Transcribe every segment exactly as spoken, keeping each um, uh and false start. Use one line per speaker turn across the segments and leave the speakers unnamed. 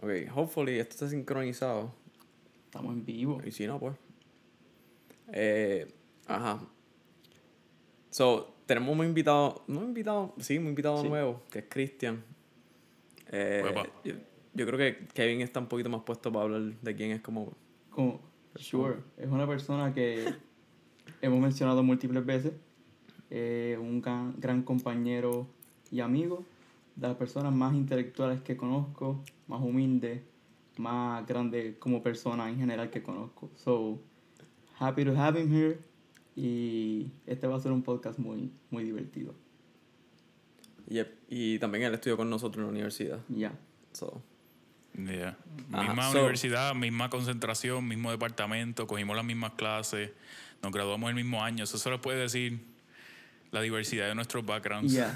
Ok, hopefully esto está sincronizado.
Estamos en vivo.
Y si no, pues. Eh, ajá. So, tenemos un invitado, no un invitado, sí, un invitado
Sí.
nuevo, que es Cristian. Eh,
Uepa.
yo, yo creo que Kevin está un poquito más puesto para hablar de quién es como
Como,
persona.
sure, es una persona que hemos mencionado múltiples veces. Eh, un gran, gran compañero y amigo. De las personas más intelectuales que conozco, más humilde, más grande como persona en general que conozco. So, happy to have him here. Y este va a ser un podcast muy, muy divertido.
Yep. Y también él estudió con nosotros en la universidad.
Ya. Yeah.
So,
Yeah.
Ajá,
Misma
so-
universidad, misma concentración, mismo departamento, cogimos las mismas clases, nos graduamos el mismo año. Eso solo puede decir la diversidad de nuestros backgrounds.
Yeah.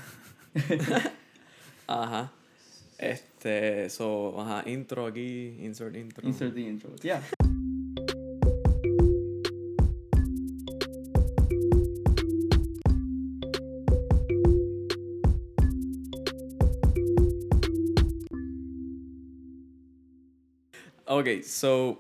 ajá. Este, so, ajá, intro aquí, insert intro.
Insert the intro. Yeah.
Ok, so.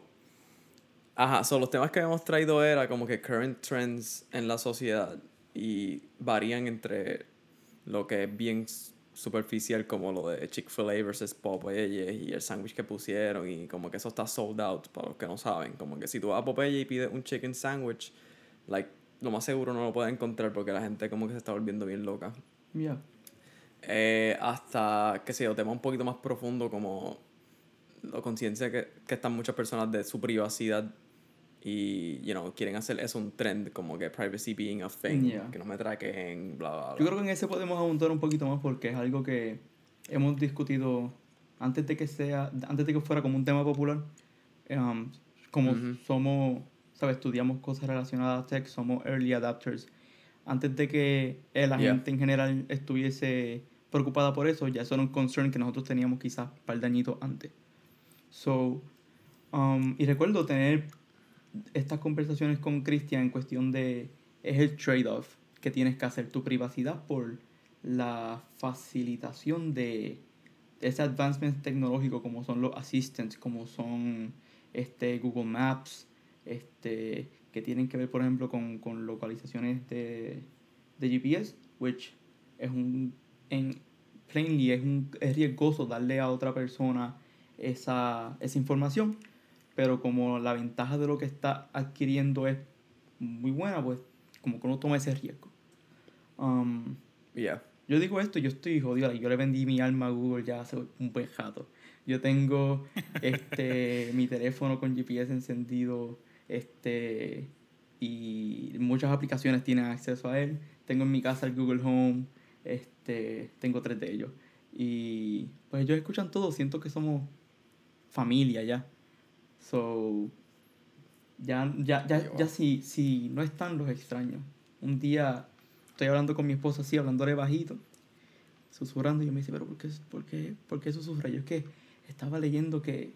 Ajá, so los temas que habíamos traído era como que current trends en la sociedad y varían entre lo que es bien s- superficial como lo de Chick-fil-A versus Popeye y el sándwich que pusieron y como que eso está sold out para los que no saben. Como que si tú vas a Popeye y pides un chicken sandwich, like, lo más seguro no lo puedes encontrar porque la gente como que se está volviendo bien loca.
Yeah.
Eh, hasta, qué sé yo, tema un poquito más profundo como la conciencia que, que están muchas personas de su privacidad y, you know, quieren hacer eso un trend, como que privacy being a thing,
Yeah.
que no me traqueen, bla, bla, bla.
Yo creo que en ese podemos abundar un poquito más porque es algo que hemos discutido antes de que sea, antes de que fuera como un tema popular. Um, como
Ujú.
somos, ¿sabes? Estudiamos cosas relacionadas a tech, somos early adapters. Antes de que eh, la
Yeah.
gente en general estuviese preocupada por eso, ya eso era un concern que nosotros teníamos quizás un par de añitos antes. So, um, y recuerdo tener estas conversaciones con Cristian en cuestión de es el trade-off que tienes que hacer tu privacidad por la facilitación de ese advancement tecnológico como son los assistants, como son este Google Maps, este que tienen que ver por ejemplo con, con localizaciones de, de G P S, which es un en plainly es un es riesgoso darle a otra persona esa, esa información, pero como la ventaja de lo que está adquiriendo es muy buena, pues como que uno toma ese riesgo. Um,
Yeah.
yo digo esto, yo estoy jodido, yo le vendí mi alma a Google ya hace un buen rato. Yo tengo este mi teléfono con G P S encendido, este y muchas aplicaciones tienen acceso a él. Tengo en mi casa el Google Home, este, tengo tres de ellos. Y pues ellos escuchan todo, siento que somos familia ya. So, ya, ya, ya, ya si, si no están los extraños. Un día estoy hablando con mi esposa así, hablándole bajito, susurrando, y yo me dice, pero ¿por qué, por qué, por qué susurra? Yo es que estaba leyendo que,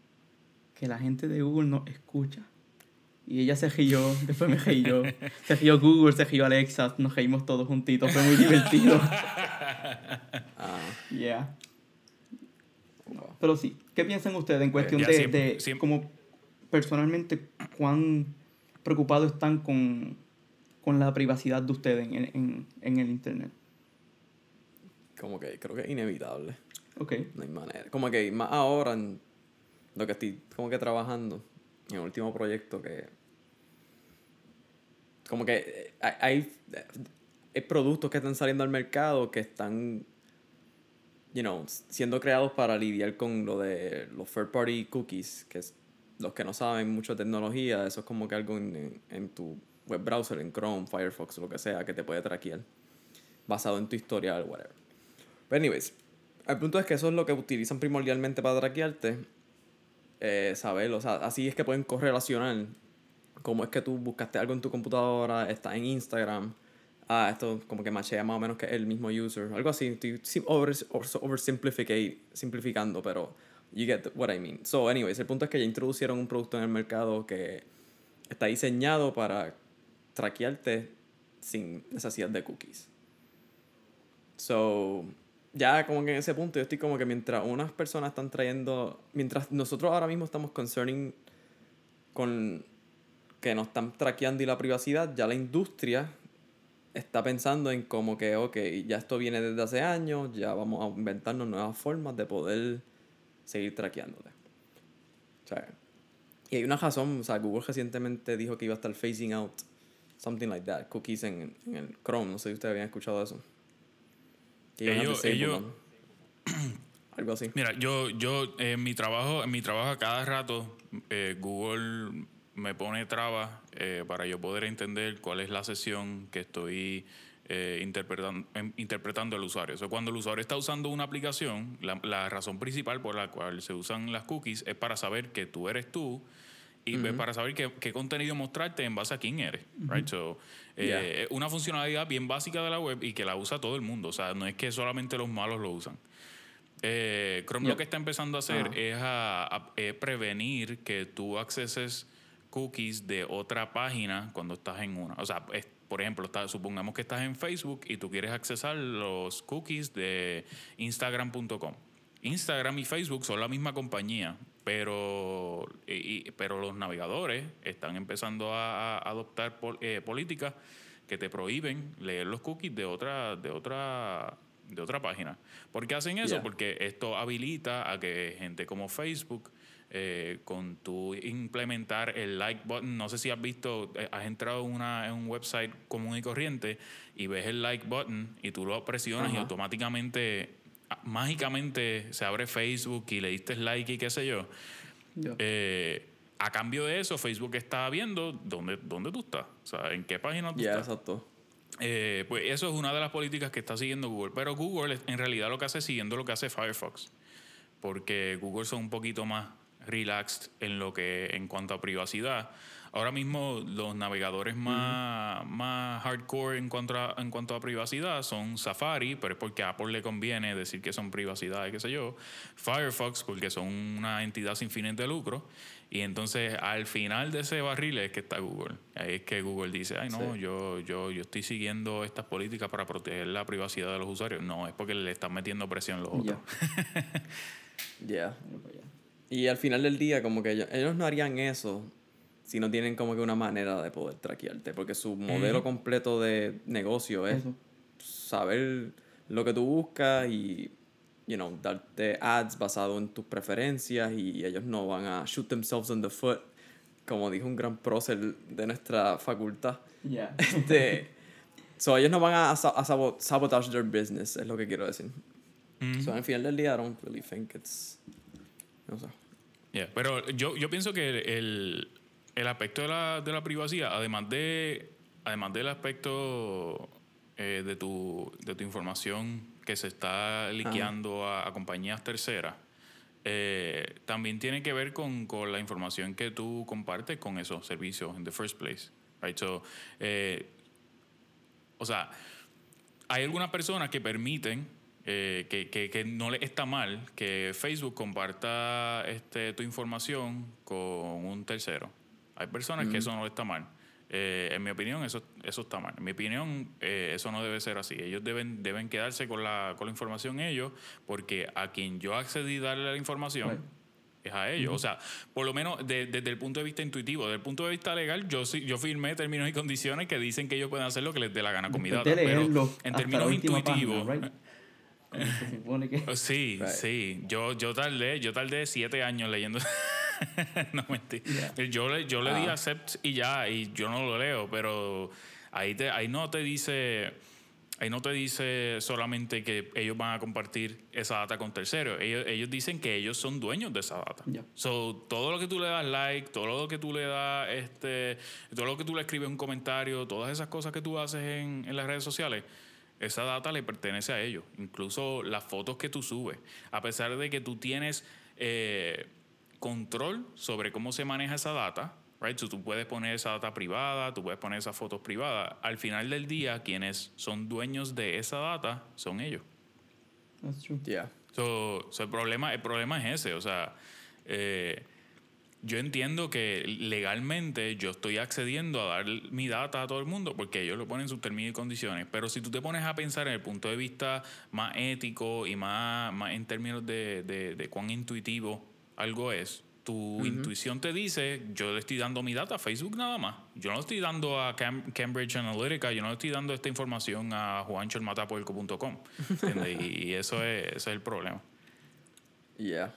que la gente de Google no escucha. Y ella se rió, después me reí yo. Se rió Google, se rió Alexa, nos reímos todos juntitos, fue muy divertido.
Ah,
Yeah. No, pero sí, ¿qué piensan ustedes en cuestión
Ya
de,
siempre-
de
siempre-
como personalmente cuán preocupados están con, con la privacidad de ustedes en, en, en el internet?
como que creo que es inevitable.
Ok.
No hay manera. Como que más ahora en lo que estoy como que trabajando en el último proyecto que como que eh, hay, hay, hay productos que están saliendo al mercado que están, you know, siendo creados para lidiar con lo de los third party cookies, que es, los que no saben mucho de tecnología, eso es como que algo en, en, en tu web browser, en Chrome, Firefox, lo que sea, que te puede traquear basado en tu historial, whatever. Pero anyways, el punto es que eso es lo que utilizan primordialmente para traquearte. Eh, saber, o sea, así es que pueden correlacionar cómo es que tú buscaste algo en tu computadora, está en Instagram. Ah, esto como que machea más o menos que el mismo user. Algo así, estoy over, oversimplificate, simplificando, pero you get what I mean. So, anyways, el punto es que ya introducieron un producto en el mercado que está diseñado para traquearte sin necesidad de cookies. So, ya como que en ese punto yo estoy como que mientras unas personas están trayendo, mientras nosotros ahora mismo estamos concerning con que nos están traqueando y la privacidad, ya la industria está pensando en como que, ok, ya esto viene desde hace años, ya vamos a inventarnos nuevas formas de poder seguir traqueándote. O sea, y hay una razón, o sea, Google recientemente dijo que iba a estar phasing out something like that, cookies en, en el Chrome, no sé si ustedes habían escuchado eso. Que iban a
Ellos,
disable
ellos,
them. Algo así.
mira, yo, yo en mi trabajo, en mi trabajo a cada rato, eh, Google me pone trabas eh, para yo poder entender cuál es la sesión que estoy eh, interpretando, em, interpretando el usuario. O sea, cuando el usuario está usando una aplicación, la, la razón principal por la cual se usan las cookies es para saber que tú eres tú y uh-huh. para saber qué, qué contenido mostrarte en base a quién eres. Uh-huh. Right? So, eh, yeah. Una funcionalidad bien básica de la web y que la usa todo el mundo. O sea, no es que solamente los malos lo usan. Eh, Chrome yep. lo que está empezando a hacer uh-huh. es a, a, a prevenir que tú acceses cookies de otra página cuando estás en una. O sea, es, por ejemplo, está, supongamos que estás en Facebook y tú quieres accesar los cookies de Instagram punto com. Instagram y Facebook son la misma compañía, pero, y, pero los navegadores están empezando a, a adoptar pol, eh, políticas que te prohíben leer los cookies de otra, de otra, de otra página. ¿Por qué hacen eso? Yeah. Porque esto habilita a que gente como Facebook, eh, con tu implementar el like button, no sé si has visto, eh, has entrado en, una, en un website común y corriente y ves el like button y tú lo presionas uh-huh. y automáticamente, mágicamente se abre Facebook y le diste like y qué sé yo. Yeah. Eh, a cambio de eso, Facebook está viendo dónde, dónde tú estás, o sea, en qué página tú
yeah,
estás.
Exacto.
Eh, pues eso es una de las políticas que está siguiendo Google. Pero Google en realidad lo que hace es siguiendo lo que hace Firefox. Porque Google son un poquito más relaxed en lo que en cuanto a privacidad. Ahora mismo los navegadores más, uh-huh. más hardcore en cuanto, a, en cuanto a privacidad son Safari, pero es porque a Apple le conviene decir que son privacidad y qué sé yo. Firefox, porque son una entidad sin fines de lucro. Y entonces al final de ese barril es que está Google. Ahí es que Google dice, ay no, sí. yo, yo, yo estoy siguiendo estas políticas para proteger la privacidad de los usuarios. No, es porque le están metiendo presión los otros.
Ya. Yeah. Y al final del día, como que ellos, ellos no harían eso si no tienen como que una manera de poder traquearte. Porque su modelo uh-huh. completo de negocio es eso. Saber lo que tú buscas y, you know, darte ads basado en tus preferencias y ellos no van a shoot themselves in the foot, como dijo un gran prócer de nuestra facultad.
Yeah.
Este, so ellos no van a, a sabotage their business, es lo que quiero decir. Mm-hmm. So al final del día, I don't really think it's... No sé.
Yeah, pero yo, yo pienso que el, el aspecto de la, de la privacidad, además de además del aspecto eh, de, tu, de tu información que se está liqueando a, a compañías terceras, eh, también tiene que ver con, con la información que tú compartes con esos servicios in the first place. Right? So, eh, o sea, hay algunas personas que permiten Eh, que, que, que no le está mal que Facebook comparta este, tu información con un tercero. Hay personas mm. que eso no le está mal. Eh, en mi opinión, eso, eso está mal. En mi opinión, eh, eso no debe ser así. Ellos deben, deben quedarse con la, con la información ellos, porque a quien yo accedí a darle la información right. es a ellos. Mm-hmm. O sea, por lo menos de, desde el punto de vista intuitivo, desde el punto de vista legal, yo yo firmé términos y condiciones que dicen que ellos pueden hacer lo que les dé la gana con mi data. Pero en términos intuitivos...
Página, right? Se supone que...
Sí, right. sí. Yo, yo tardé, yo tardé siete años leyendo. No, mentira. Yeah. Yo, le, yo le ah. di accept y ya, y yo no lo leo, pero ahí, te, ahí no te dice... Ahí no te dice solamente que ellos van a compartir esa data con terceros. Ellos, ellos dicen que ellos son dueños de esa data. Yeah. So, todo lo que tú le das like, todo lo que tú le das, este, todo lo que tú le escribes un comentario, todas esas cosas que tú haces en, en las redes sociales, esa data le pertenece a ellos. Incluso las fotos que tú subes. A pesar de que tú tienes eh, control sobre cómo se maneja esa data, right? So, tú puedes poner esa data privada, tú puedes poner esas fotos privadas. Al final del día, quienes son dueños de esa data son ellos.
That's true.
Yeah.
So, so el problema, el problema es ese. O sea, eh, yo entiendo que legalmente yo estoy accediendo a dar mi data a todo el mundo porque ellos lo ponen en sus términos y condiciones. Pero si tú te pones a pensar en el punto de vista más ético y más, más en términos de, de, de cuán intuitivo algo es, tu uh-huh. intuición te dice, yo le estoy dando mi data a Facebook nada más. Yo no le estoy dando a Cam- Cambridge Analytica, yo no le estoy dando esta información a juancho el matapuerco punto com. ¿Entiendes? y, y eso, es, eso es el problema.
Yeah.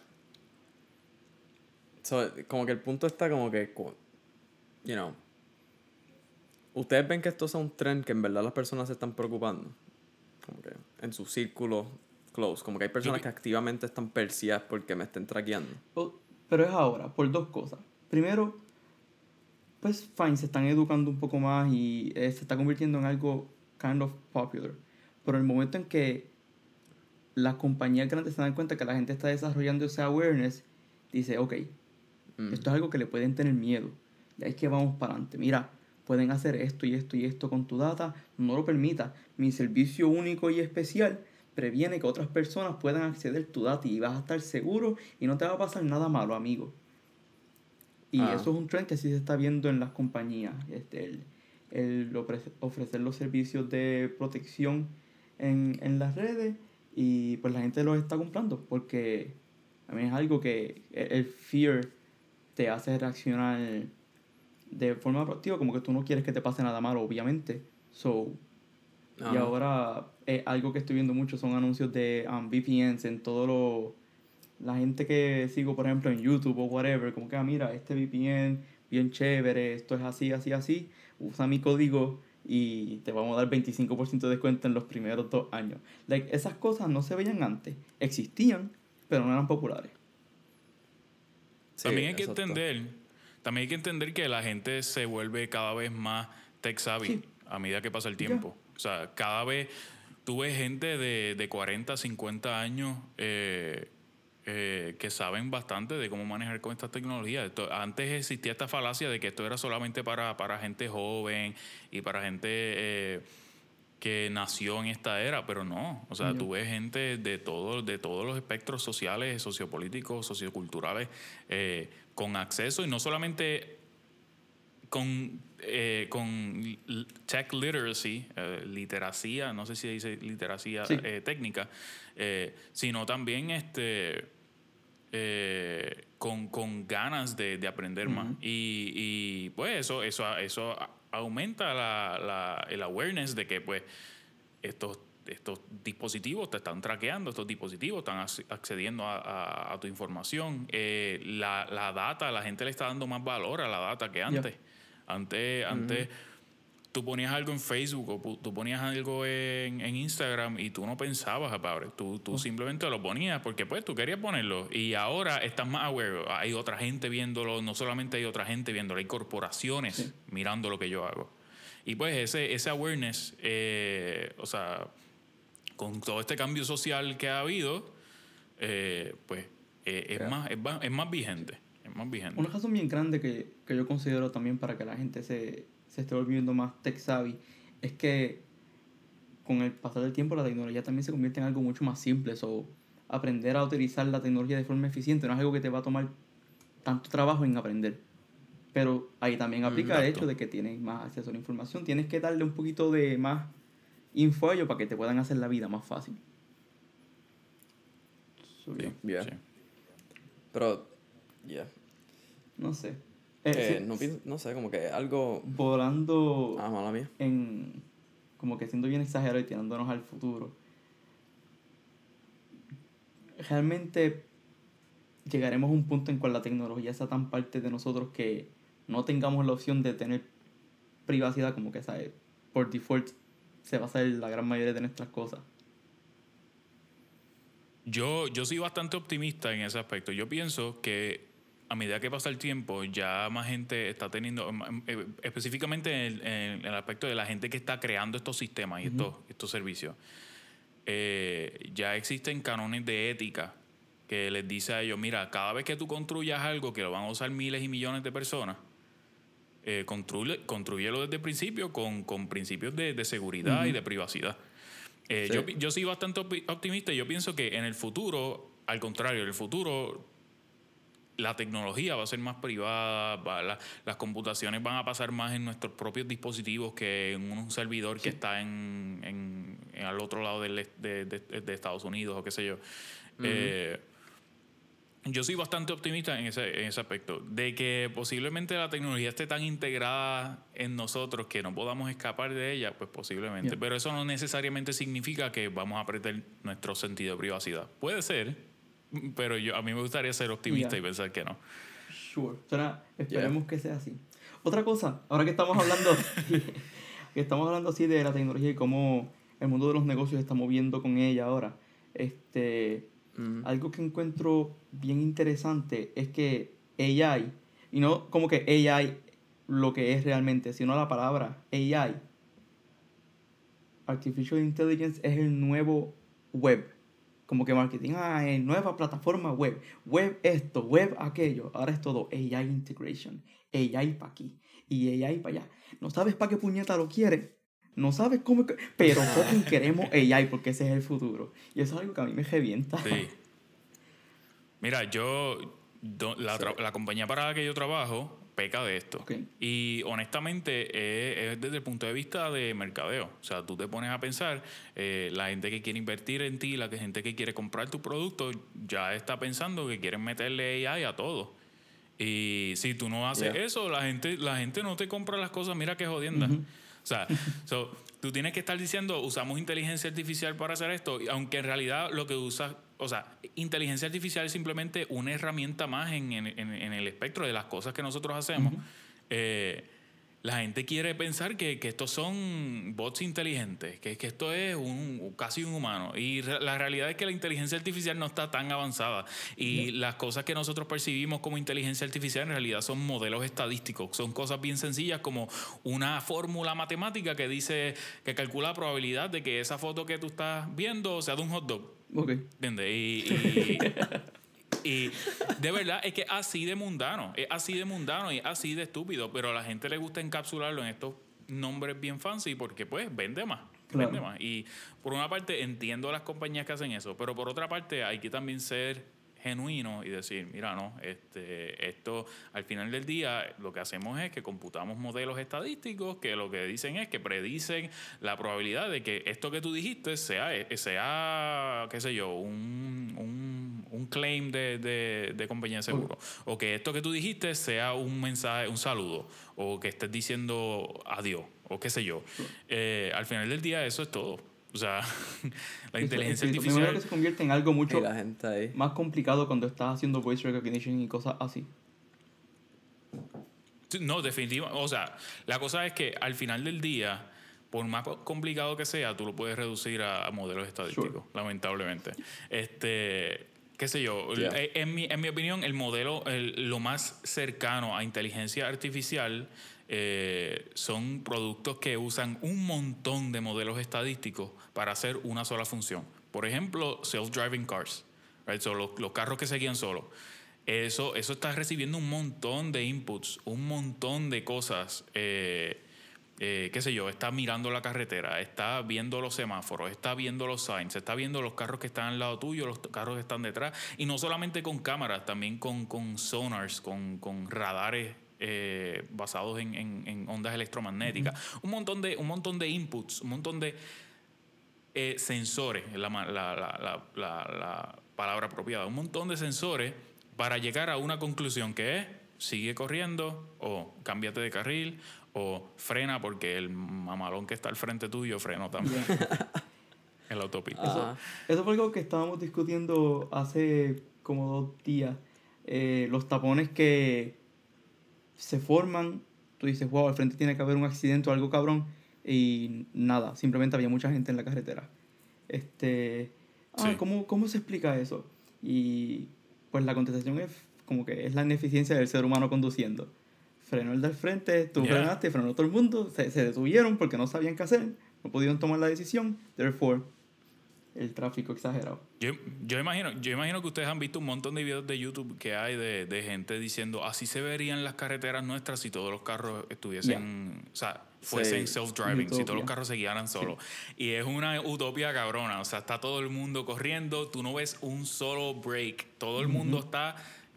So, como que el punto está como que, you know, ¿ustedes ven que esto es un trend que en verdad las personas se están preocupando? Como que en su círculo close, como que hay personas que activamente están perseguidas porque me estén traqueando.
Pero es ahora, por dos cosas. Primero, pues fine, se están educando un poco más y eh, se está convirtiendo en algo kind of popular. Pero el momento en que las compañías grandes se dan cuenta que la gente está desarrollando ese awareness, dice, ok, mm. esto es algo que le pueden tener miedo. Y ahí es que vamos para adelante. Mira, pueden hacer esto y esto y esto con tu data, no lo permita. Mi servicio único y especial previene que otras personas puedan acceder a tu data y vas a estar seguro y no te va a pasar nada malo, amigo. Y ah. eso es un trend que sí se está viendo en las compañías. Este, el, el ofrecer los servicios de protección en, en las redes y pues la gente los está comprando porque a mí es algo que el fear te hace reaccionar de forma proactiva, como que tú no quieres que te pase nada malo, obviamente. So, uh-huh. Y ahora eh, algo que estoy viendo mucho son anuncios de um, V P Ns en todo lo... La gente que sigo, por ejemplo, en YouTube o whatever, como que, ah, mira, este V P N, bien chévere, esto es así, así, así, usa mi código y te vamos a dar veinticinco por ciento de descuento en los primeros dos años. Like, esas cosas no se veían antes, existían, pero no eran populares.
Sí, también hay que exacto. entender, también hay que entender que la gente se vuelve cada vez más tech savvy sí. a medida que pasa el tiempo. Yeah. O sea, cada vez tú ves gente de, de cuarenta, cincuenta años eh, eh, que saben bastante de cómo manejar con estas tecnologías. Esto, antes existía esta falacia de que esto era solamente para, para gente joven y para gente eh, que nació en esta era, pero no. O sea, yeah. tú ves gente de, todo, de todos los espectros sociales, sociopolíticos, socioculturales, eh, con acceso y no solamente con, eh, con tech literacy, eh, literacia, no sé si dice literacia sí. eh, técnica, eh, sino también este eh, con, con ganas de, de aprender uh-huh. más. Y, y pues eso, eso, eso aumenta la, la, el awareness de que pues estos estos dispositivos te están traqueando, estos dispositivos están accediendo a, a, a tu información. Eh, la, la data, la gente le está dando más valor a la data que antes. Yeah. Antes, uh-huh. antes tú ponías algo en Facebook o tú ponías algo en, en Instagram y tú no pensabas about it. Tú, tú uh-huh. simplemente lo ponías porque pues tú querías ponerlo. Y ahora estás más aware. Hay otra gente viéndolo, no solamente hay otra gente viéndolo, hay corporaciones sí. mirando lo que yo hago. Y pues ese, ese awareness, eh, o sea, con todo este cambio social que ha habido, eh, pues eh, es, yeah. más, es, más, es más vigente. Es más vigente.
Una razón bien grande que, que yo considero también para que la gente se, se esté volviendo más tech savvy es que con el pasar del tiempo la tecnología también se convierte en algo mucho más simple. So, aprender a utilizar la tecnología de forma eficiente no es algo que te va a tomar tanto trabajo en aprender. Pero ahí también aplica Exacto. el hecho de que tienes más acceso a la información. Tienes que darle un poquito de más info a ellos para que te puedan hacer la vida más fácil.
So, sí, yeah. sí. Pero, ya. Yeah.
No sé.
Eh, eh, sí, no, pienso, no sé, como que algo...
Volando...
Ah, mala mía.
En, como que siendo bien exagerado y tirándonos al futuro. Realmente llegaremos a un punto en cual la tecnología sea tan parte de nosotros que no tengamos la opción de tener privacidad, como que, ¿sabes? Por default se va a hacer la gran mayoría de nuestras cosas.
Yo, yo soy bastante optimista en ese aspecto. Yo pienso que a medida que pasa el tiempo, ya más gente está teniendo, específicamente en el, en el aspecto de la gente que está creando estos sistemas y uh-huh. estos, estos servicios, eh, ya existen cánones de ética que les dice a ellos, mira, cada vez que tú construyas algo que lo van a usar miles y millones de personas, eh, construye, construyelo desde el principio con, con principios de, de seguridad uh-huh. y de privacidad. Eh, sí. yo, yo soy bastante optimista y yo pienso que en el futuro, al contrario, en el futuro la tecnología va a ser más privada, va, la, las computaciones van a pasar más en nuestros propios dispositivos que en un servidor sí. que está en, en, en al otro lado del, de, de, de Estados Unidos o qué sé yo. Uh-huh. Eh, yo soy bastante optimista en ese, en ese aspecto, de que posiblemente la tecnología esté tan integrada en nosotros que no podamos escapar de ella, pues posiblemente. Yeah. Pero eso no necesariamente significa que vamos a perder nuestro sentido de privacidad. Puede ser, pero yo a mí me gustaría ser optimista yeah. y pensar que no.
Sure. Será, esperemos yeah. que sea así. Otra cosa, ahora que estamos hablando que estamos hablando así de la tecnología y cómo el mundo de los negocios se está moviendo con ella ahora, este... Mm. Algo que encuentro bien interesante es que A I, y no como que A I lo que es realmente, sino la palabra A I, Artificial Intelligence, es el nuevo web. Como que marketing, ah, es nueva plataforma web, web esto, web aquello. Ahora es todo A I integration, A I para aquí y A I para allá. No sabes para qué puñeta lo quieres. No sabes cómo... Pero fucking queremos A I porque ese es el futuro. Y eso es algo que a mí me revienta.
Sí. Mira, yo... La, sí. la compañía para la que yo trabajo peca de esto. Okay. Y honestamente es, es desde el punto de vista de mercadeo. O sea, tú te pones a pensar, eh, la gente que quiere invertir en ti, la gente que quiere comprar tu producto, ya está pensando que quieren meterle A I a todo. Y si tú no haces yeah. eso, la gente, la gente no te compra las cosas. Mira qué jodienda. Uh-huh. O sea, so, tú tienes que estar diciendo, usamos inteligencia artificial para hacer esto, aunque en realidad lo que usas, o sea, inteligencia artificial es simplemente una herramienta más en, en, en el espectro de las cosas que nosotros hacemos. Uh-huh. Eh, la gente quiere pensar que, que estos son bots inteligentes, que, que esto es un, casi un humano. Y re, la realidad es que la inteligencia artificial no está tan avanzada. Y no. las cosas que nosotros percibimos como inteligencia artificial en realidad son modelos estadísticos. Son cosas bien sencillas como una fórmula matemática que dice, que calcula la probabilidad de que esa foto que tú estás viendo sea de un hot dog.
Okay.
¿Entiendes? Y... y Y de verdad es que es así de mundano, es así de mundano y así de estúpido, pero a la gente le gusta encapsularlo en estos nombres bien fancy porque pues vende más, claro. vende más. Y por una parte entiendo a las compañías que hacen eso, pero por otra parte hay que también ser genuino y decir, mira, no, este, esto al final del día lo que hacemos es que computamos modelos estadísticos que lo que dicen es que predicen la probabilidad de que esto que tú dijiste sea, sea qué sé yo, un, un, un claim de, de, de compañía de seguro, uh. o que esto que tú dijiste sea un mensaje, un saludo, o que estés diciendo adiós, o qué sé yo. Uh. Eh, al final del día eso es todo. O sea, la inteligencia
eso,
artificial...
Me que se convierte en algo mucho más complicado cuando estás haciendo voice recognition y cosas así.
No, definitivamente. O sea, la cosa es que al final del día, por más complicado que sea, tú lo puedes reducir a, a modelos estadísticos, sure. lamentablemente. Este... qué sé yo, yeah. en, mi, en mi opinión, el modelo, el, lo más cercano a inteligencia artificial eh, son productos que usan un montón de modelos estadísticos para hacer una sola función. Por ejemplo, self-driving cars, right? So, los, los carros que se guían solos. Eso, eso está recibiendo un montón de inputs, un montón de cosas. Eh, Eh, qué sé yo, está mirando la carretera, está viendo los semáforos, está viendo los signs, está viendo los carros que están al lado tuyo, los carros que están detrás, y no solamente con cámaras, también con, con sonars, con, con radares eh, basados en, en, en ondas electromagnéticas, uh-huh. un montón de, un montón de inputs, un montón de eh, sensores, la, la, la, la, la, la palabra apropiada, un montón de sensores para llegar a una conclusión que es, sigue corriendo o cámbiate de carril o frena porque el mamalón que está al frente tuyo frenó también. Yeah. En la autopista.
Eso, eso fue algo que estábamos discutiendo hace como dos días. Eh, los tapones que se forman, tú dices, wow, al frente tiene que haber un accidente o algo cabrón, y nada, simplemente había mucha gente en la carretera. Este, ah, sí. ¿cómo, ¿cómo se explica eso? Y pues la contestación es como que es la ineficiencia del ser humano conduciendo. Frenó el del frente, tú yeah. frenaste, frenó todo el mundo, se, se detuvieron porque no sabían qué hacer, no pudieron tomar la decisión, therefore, el tráfico exagerado.
Yo, yo, imagino, yo imagino que ustedes han visto un montón de videos de YouTube que hay de, de gente diciendo, así se verían las carreteras nuestras si todos los carros estuviesen, yeah. o sea, fuesen sí. self-driving, si todos los carros se guiaran solos. Sí. Y es una utopía cabrona, o sea, está todo el mundo corriendo, tú no ves un solo break, todo el uh-huh. mundo está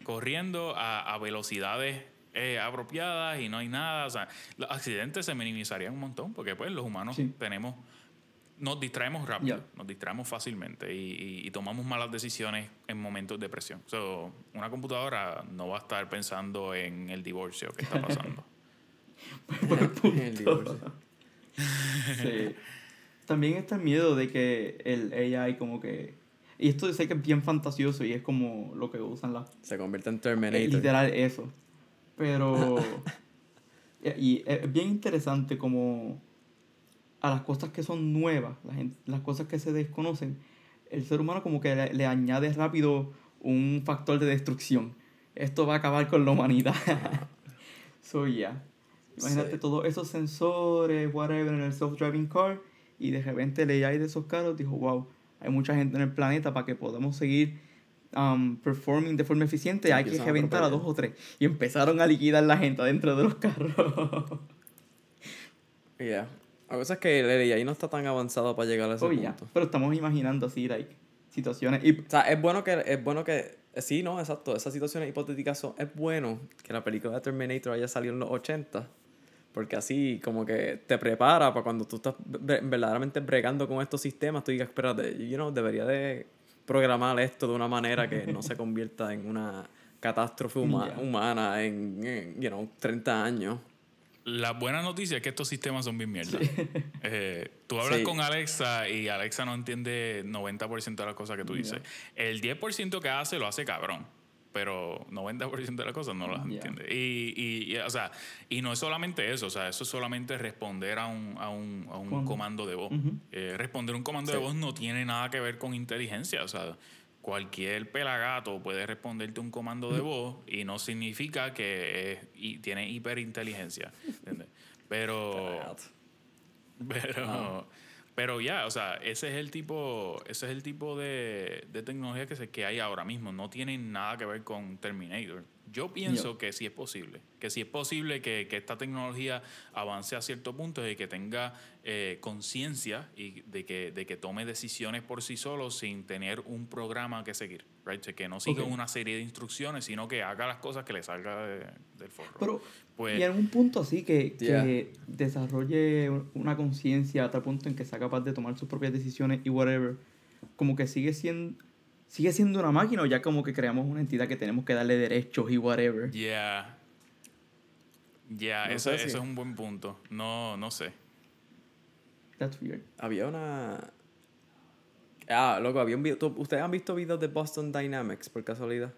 corriendo a, a velocidades eh, apropiadas y no hay nada. O sea, los accidentes se minimizarían un montón porque pues los humanos
Sí.
tenemos... Nos distraemos rápido,
Yeah.
nos distraemos fácilmente y, y, y tomamos malas decisiones en momentos de presión. So, una computadora no va a estar pensando en el divorcio que está pasando.
Buen punto.
El divorcio.
Sí. También está el miedo de que el A I como que... Y esto sé que es bien fantasioso y es como lo que usan las...
Se convierte en
eh,
Terminator.
literal eso. Pero... y es bien interesante como a las cosas que son nuevas, la gente, las cosas que se desconocen, el ser humano como que le, le añade rápido un factor de destrucción. Esto va a acabar con la humanidad. So, yeah. Imagínate
Sí.
todos esos sensores, whatever, en el self-driving car, y de repente el A I de esos carros dijo, wow, hay mucha gente en el planeta para que podamos seguir um, performing de forma eficiente,
Y
hay que
empiezan a
reventar a
atropellar.
dos o tres. Y empezaron a liquidar la gente dentro de los carros.
Yeah. La cosa es que el A I no está tan avanzado para llegar a ese
Oh, yeah.
punto.
Pero estamos imaginando así, like, situaciones. Y,
O sea, es bueno que... Es bueno que sí, no, exacto. Esas situaciones hipotéticas son... Es bueno que la película de Terminator haya salido en los ochenta. Porque así como que te prepara para cuando tú estás ve- verdaderamente bregando con estos sistemas, tú digas, espérate, you know, debería de programar esto de una manera que no se convierta en una catástrofe huma-
Yeah.
humana en, en, you know, treinta años.
La buena noticia es que estos sistemas son bien mierda. Eh, tú hablas
Sí.
con Alexa y Alexa no entiende noventa por ciento de las cosas que tú dices. El diez por ciento que hace lo hace cabrón, pero noventa por ciento de las cosas no las
Yeah.
entiende. Y, y, y, o sea, y no es solamente eso, o sea, eso es solamente responder a un, a un, a un
Cuando-
comando de voz.
Ujú.
Eh, responder un comando
Sí.
de voz no tiene nada que ver con inteligencia, o sea, cualquier pelagato puede responderte un comando de voz y no significa que es, y tiene hiperinteligencia, ¿entiendes? Pero, pero,
Ah.
pero ya, o sea, ese es el tipo, ese es el tipo de, de tecnología que se, que hay ahora mismo. No tiene nada que ver con Terminator. Yo pienso
Yo.
que sí es posible, que sí es posible que, que esta tecnología avance a cierto punto y que tenga eh, conciencia y de que, de que tome decisiones por sí solo sin tener un programa que seguir, right? Que no siga
Ok.
una serie de instrucciones, sino que haga las cosas que le salga de- del forro.
Pero,
Pues,
y en algún punto así que,
Yeah.
que desarrolle una conciencia a tal punto en que sea capaz de tomar sus propias decisiones y whatever, como que sigue siendo sigue siendo una máquina o ya como que creamos una entidad que tenemos que darle derechos y whatever.
yeah. Ya,
No
eso,
sé si-
eso es un buen punto. No, no sé.
That's weird.
Había una... Ah, loco, había un video... ¿tú- ¿Ustedes han visto videos de Boston Dynamics por casualidad?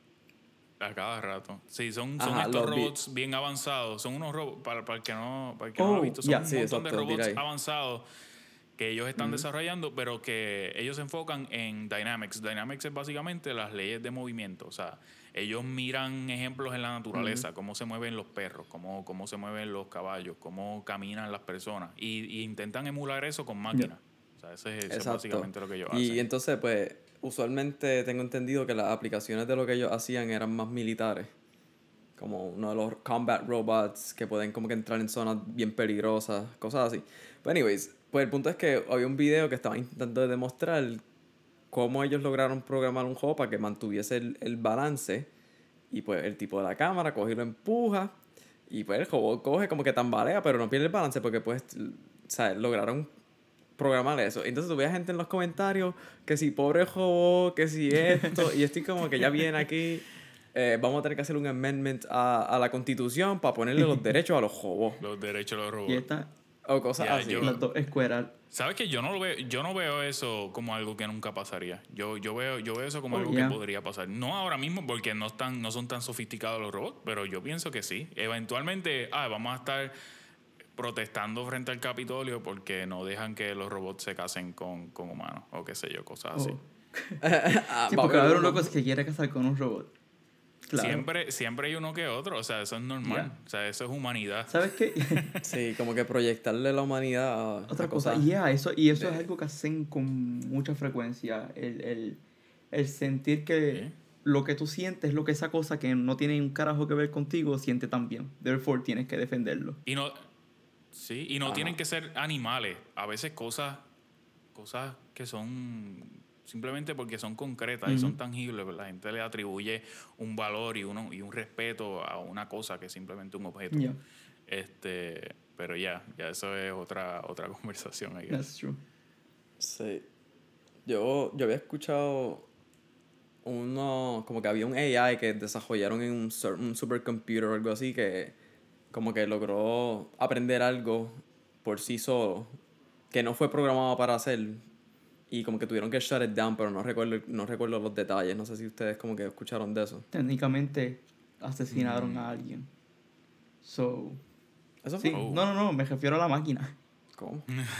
A cada rato. Sí, son, son
Ajá,
estos
los vi-
robots bien avanzados. Son unos robots, para, para el que no, para el que no
Oh,
lo ha visto, son
ya,
un
sí,
montón de
exacto,
robots
dile ahí.
avanzados que ellos están desarrollando, pero que ellos se enfocan en Dynamics. Dynamics es básicamente las leyes de movimiento. O sea, ellos miran ejemplos en la naturaleza, cómo se mueven los perros, cómo, cómo se mueven los caballos, cómo caminan las personas. Y, y intentan emular eso con máquinas. O sea, ese es, ese es
Exacto.
básicamente lo que ellos
Y
hacen.
entonces, pues, usualmente tengo entendido que las aplicaciones de lo que ellos hacían eran más militares. Como uno de los combat robots que pueden como que entrar en zonas bien peligrosas, cosas así. Pero anyways, pues el punto es que había un video que estaba intentando demostrar cómo ellos lograron programar un juego para que mantuviese el, el balance. Y pues el tipo de la cámara coge y lo empuja. Y pues el robot coge como que tambalea, pero no pierde el balance porque pues, o sea, lograron programar eso. Entonces tú veías gente en los comentarios que si pobre robot, que si esto. Y estoy como que ya viene aquí. Eh, vamos a tener que hacer un amendment a, a la constitución para ponerle los derechos a los robots.
Los derechos de los robots.
Y esta,
O cosas
Ya,
así.
yo-
las dos escuelas.
¿Sabes qué? Yo no lo veo, yo no veo eso como algo que nunca pasaría. Yo, yo veo, yo veo eso como
Oh,
algo
yeah.
que podría pasar. No ahora mismo porque no están, no son tan sofisticados los robots, pero yo pienso que sí. Eventualmente, ah, vamos a estar protestando frente al Capitolio porque no dejan que los robots se casen con, con humanos o qué sé yo, cosas así.
Oh.
Ah,
Sí,
va a
porque va a haber un
uno.
loco que quiere casar con un robot. Claro.
Siempre, siempre hay uno que otro, o sea, eso es normal.
Yeah.
O sea, eso es humanidad.
¿Sabes qué?
Sí, como que proyectarle la humanidad a,
Otra
a
cosa,
cosas.
yeah, eso, y eso es
de-
algo que hacen con mucha frecuencia. El, el, el sentir que
Sí.
lo que tú sientes es lo que esa cosa que no tiene un carajo que ver contigo siente también. Therefore, tienes que defenderlo.
Y no, sí, y no
Ajá.
tienen que ser animales. A veces cosas, cosas que son simplemente porque son concretas
Uh-huh.
y son tangibles, pues la gente le atribuye un valor y, uno, y un respeto a una cosa que es simplemente un objeto.
Yeah.
Este, pero ya, ya eso es otra, otra conversación, I guess.
That's true.
Sí. Yo, yo había escuchado uno, como que había un A I que desarrollaron en un, sur- un supercomputer o algo así que como que logró aprender algo por sí solo que no fue programado para hacer y como que tuvieron que shut it down, pero no recuerdo, no recuerdo los detalles. No sé si ustedes como que escucharon de eso.
Técnicamente asesinaron
Mm.
a alguien. So,
¿Eso
sí,
fue?
Oh.
no, no, no, me refiero a la máquina.
¿Cómo?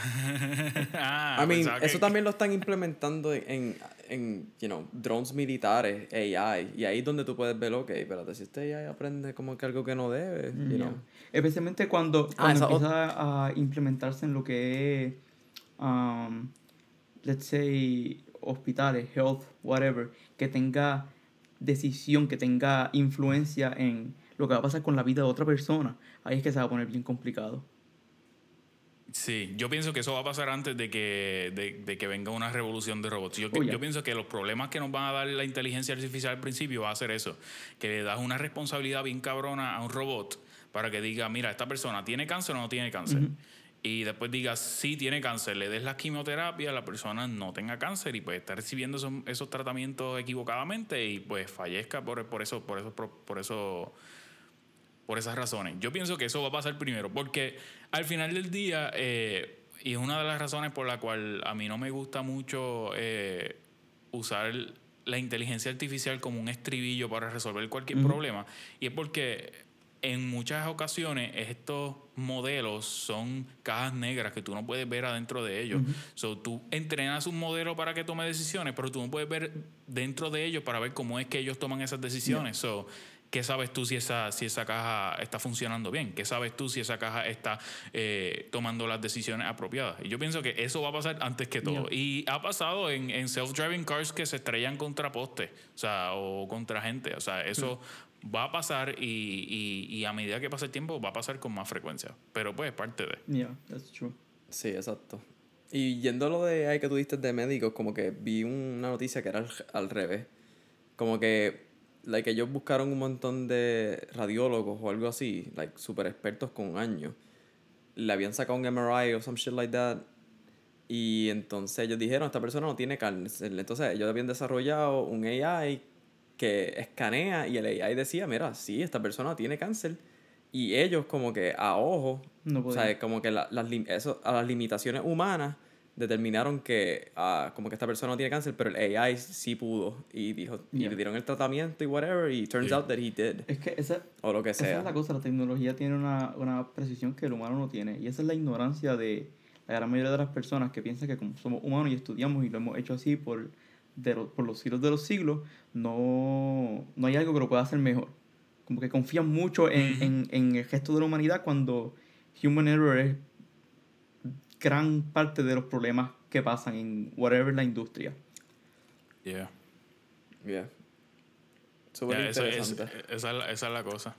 ah,
I mean,
pensaba que-
eso también lo están implementando en, en, you know, drones militares, A I. Y ahí es donde tú puedes ver, ok, espérate, si este A I aprende como que algo que no debe, you
Yeah.
know.
Especialmente cuando,
Ah,
cuando
esa
empieza a implementarse en lo que es, um, let's say, hospitales, health, whatever, que tenga decisión, que tenga influencia en lo que va a pasar con la vida de otra persona. Ahí es que se va a poner bien complicado.
Sí, yo pienso que eso va a pasar antes de que, de, de que venga una revolución de robots. Yo,
Oh, yeah.
yo pienso que los problemas que nos van a dar la inteligencia artificial al principio va a ser eso, que le das una responsabilidad bien cabrona a un robot para que diga, mira, esta persona tiene cáncer o no tiene cáncer.
Ujú.
Y después digas, sí tiene cáncer, le des la quimioterapia, la persona no tenga cáncer y pues está recibiendo esos, esos tratamientos equivocadamente y pues fallezca por, por eso, por eso, por, por eso, por esas razones. Yo pienso que eso va a pasar primero, porque al final del día, eh, y es una de las razones por la cual a mí no me gusta mucho eh, usar la inteligencia artificial como un estribillo para resolver cualquier
Ujú.
problema, y es porque en muchas ocasiones estos modelos son cajas negras que tú no puedes ver adentro de ellos.
Ujú.
So, tú entrenas un modelo para que tome decisiones, pero tú no puedes ver dentro de ellos para ver cómo es que ellos toman esas decisiones. So, ¿qué sabes tú si esa, si esa caja está funcionando bien? ¿Qué sabes tú si esa caja está eh, tomando las decisiones apropiadas? Y yo pienso que eso va a pasar antes que todo.
Yeah.
Y ha pasado en, en self-driving cars que se estrellan contra postes, o sea, o contra gente. O sea, eso va a pasar y, y, y a medida que pasa el tiempo va a pasar con más frecuencia. Pero pues es parte de...
Yeah, that's true.
Sí, exacto. Y yendo a lo de A I que tú diste de médicos, como que vi una noticia que era al, al revés. Como que, like, ellos buscaron un montón de radiólogos o algo así, like, super expertos con años. Le habían sacado un M R I o some shit like that. Y entonces ellos dijeron, esta persona no tiene cáncer. Entonces ellos habían desarrollado un A I que escanea y el A I decía, mira, sí, esta persona tiene cáncer. Y ellos como que a ojo,
No
o
podía.
sea, como que la- las, lim- eso, a las limitaciones humanas determinaron que ah, como que esta persona no tiene cáncer, pero el A I sí pudo. Y dijo, y
Yeah.
le dieron el tratamiento y whatever, y turns
Sí.
out that he did.
Es que esa,
O lo que
esa
sea.
es la cosa, la tecnología tiene una, una precisión que el humano no tiene. Y esa es la ignorancia de la gran mayoría de las personas que piensan que como somos humanos y estudiamos y lo hemos hecho así por, de lo- por los siglos de los siglos, no, no hay algo que lo pueda hacer mejor. Como que confían mucho en,
Ujú.
en, en el gesto de la humanidad cuando human error es gran parte de los problemas que pasan en whatever la industria.
Yeah.
Yeah. Súper
Ya, eso es-
interesante.
esa, es la, esa es la cosa.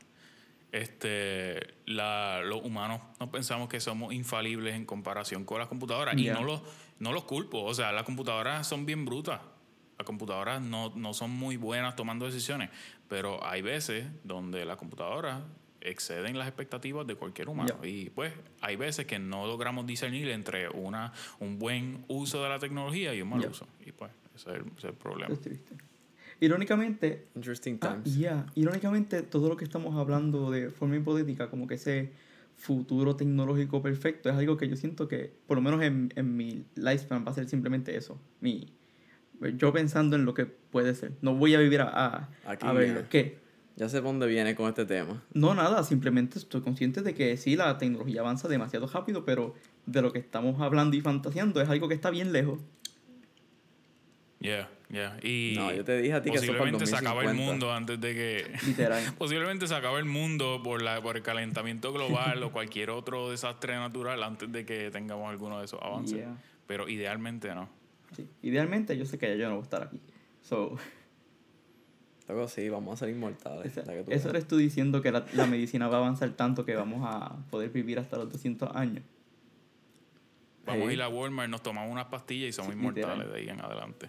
Este, la, los humanos no pensamos que somos infalibles en comparación con las computadoras.
Yeah.
Y no los, no los culpo. O sea, las computadoras son bien brutas. Las computadoras no, no son muy buenas tomando decisiones. Pero hay veces donde las computadoras exceden las expectativas de cualquier humano.
Yeah.
Y pues hay veces que no logramos discernir entre una, un buen uso de la tecnología y un mal
Yeah.
uso. Y pues ese es el, ese es el problema.
Es triste. Irónicamente,
Interesting
Ah,
times.
ya. Irónicamente, todo lo que estamos hablando de forma hipotética, como que ese futuro tecnológico perfecto, es algo que yo siento que, por lo menos en, en mi lifespan, va a ser simplemente eso. Mi, yo pensando en lo que puede ser. No voy a vivir a, a,
Aquí
a verlo.
viene.
¿Qué?
Ya sé por dónde viene con este tema.
No, nada. Simplemente estoy consciente de que sí, la tecnología avanza demasiado rápido, pero de lo que estamos hablando y fantaseando es algo que está bien lejos.
Yeah, yeah. Y
No, yo te dije a ti que eso para el
posiblemente se acaba el
dos mil cincuenta.
mundo antes de que...
Literal.
posiblemente se acaba el mundo por, la, por el calentamiento global o cualquier otro desastre natural antes de que tengamos alguno de esos avances.
Yeah.
Pero idealmente no.
Sí. Idealmente, yo sé que ya yo no voy a estar aquí. So,
Luego sí, vamos a ser inmortales.
Esa-
la que tú
eso
veas.
eres tú diciendo que la, la medicina va a avanzar tanto que vamos a poder vivir hasta los doscientos años.
Vamos
Sí.
a ir a Walmart, nos tomamos unas pastillas y somos
Sí,
inmortales
literal.
de ahí en adelante.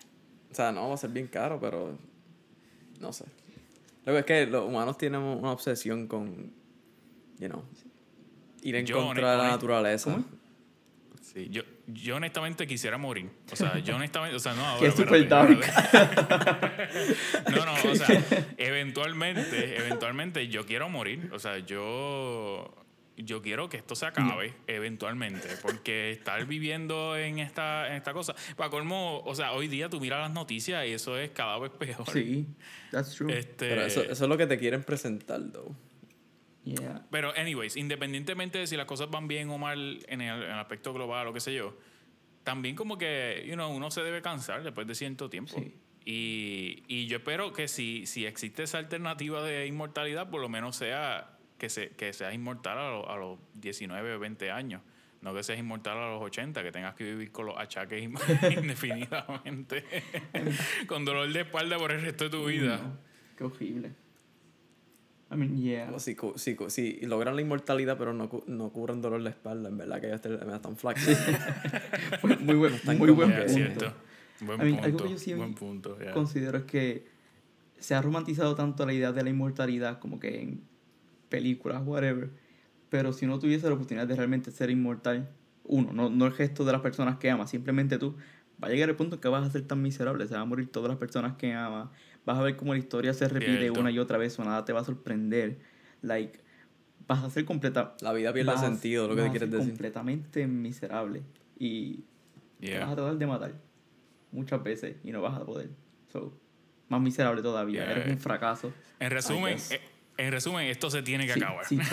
O sea, no, va a ser bien caro, pero... No sé. Lo que es que los humanos tienen una obsesión con... You know... Ir en
Yo,
contra de la
honest-
naturaleza.
¿Cómo?
Sí, yo, yo honestamente quisiera morir. O sea, yo honestamente, o sea, no ahora.
Que es
pero-
super dark.
No, no, o sea, eventualmente, eventualmente yo quiero morir. O sea, yo, yo quiero que esto se acabe eventualmente. Porque estar viviendo en esta, en esta cosa. Para colmo, o sea, hoy día tú miras las noticias y eso es cada vez peor.
Sí, that's true.
Este,
Pero eso, eso es lo que te quieren presentar, though.
Yeah.
Pero, anyways, independientemente de si las cosas van bien o mal en el, en el aspecto global o qué sé yo, también como que, you know, uno se debe cansar después de cierto tiempo.
Sí.
Y, y yo espero que si, si existe esa alternativa de inmortalidad, por lo menos sea que, se, que seas inmortal a, lo- a los diecinueve o veinte años. No que seas inmortal a los ochenta, que tengas que vivir con los achaques indefinidamente. Con dolor de espalda por el resto de tu vida.
No, qué horrible. I mean, yeah.
O si, cu- si, cu- si logran la inmortalidad, pero no, cu- no cubren dolor de espalda, en verdad que ellos te- me están flacos.
Muy buen,
Están
muy
como
buen
Ya,
que-
es
punto.
cierto. Buen
I mean,
punto.
algo que yo sí
buen punto. ya.
considero es que se ha romantizado tanto la idea de la inmortalidad como que en películas, whatever. Pero si uno tuviese la oportunidad de realmente ser inmortal, uno, no, no el gesto de las personas que amas, simplemente tú, va a llegar el punto en que vas a ser tan miserable, se van a morir todas las personas que amas, vas a ver cómo la historia se repite
Cierto.
una y otra vez, o nada te va a sorprender. Like, vas a ser completa.
La vida pierde
vas a-
sentido, lo que
vas
te
a
quieres
ser
decir.
completamente miserable. Y te
Yeah.
vas a tratar de matar muchas veces y no vas a poder. So, más miserable todavía.
Yeah.
Eres un fracaso.
En resumen,
guess.
eh, en resumen, esto se tiene que
Sí,
acabar.
sí,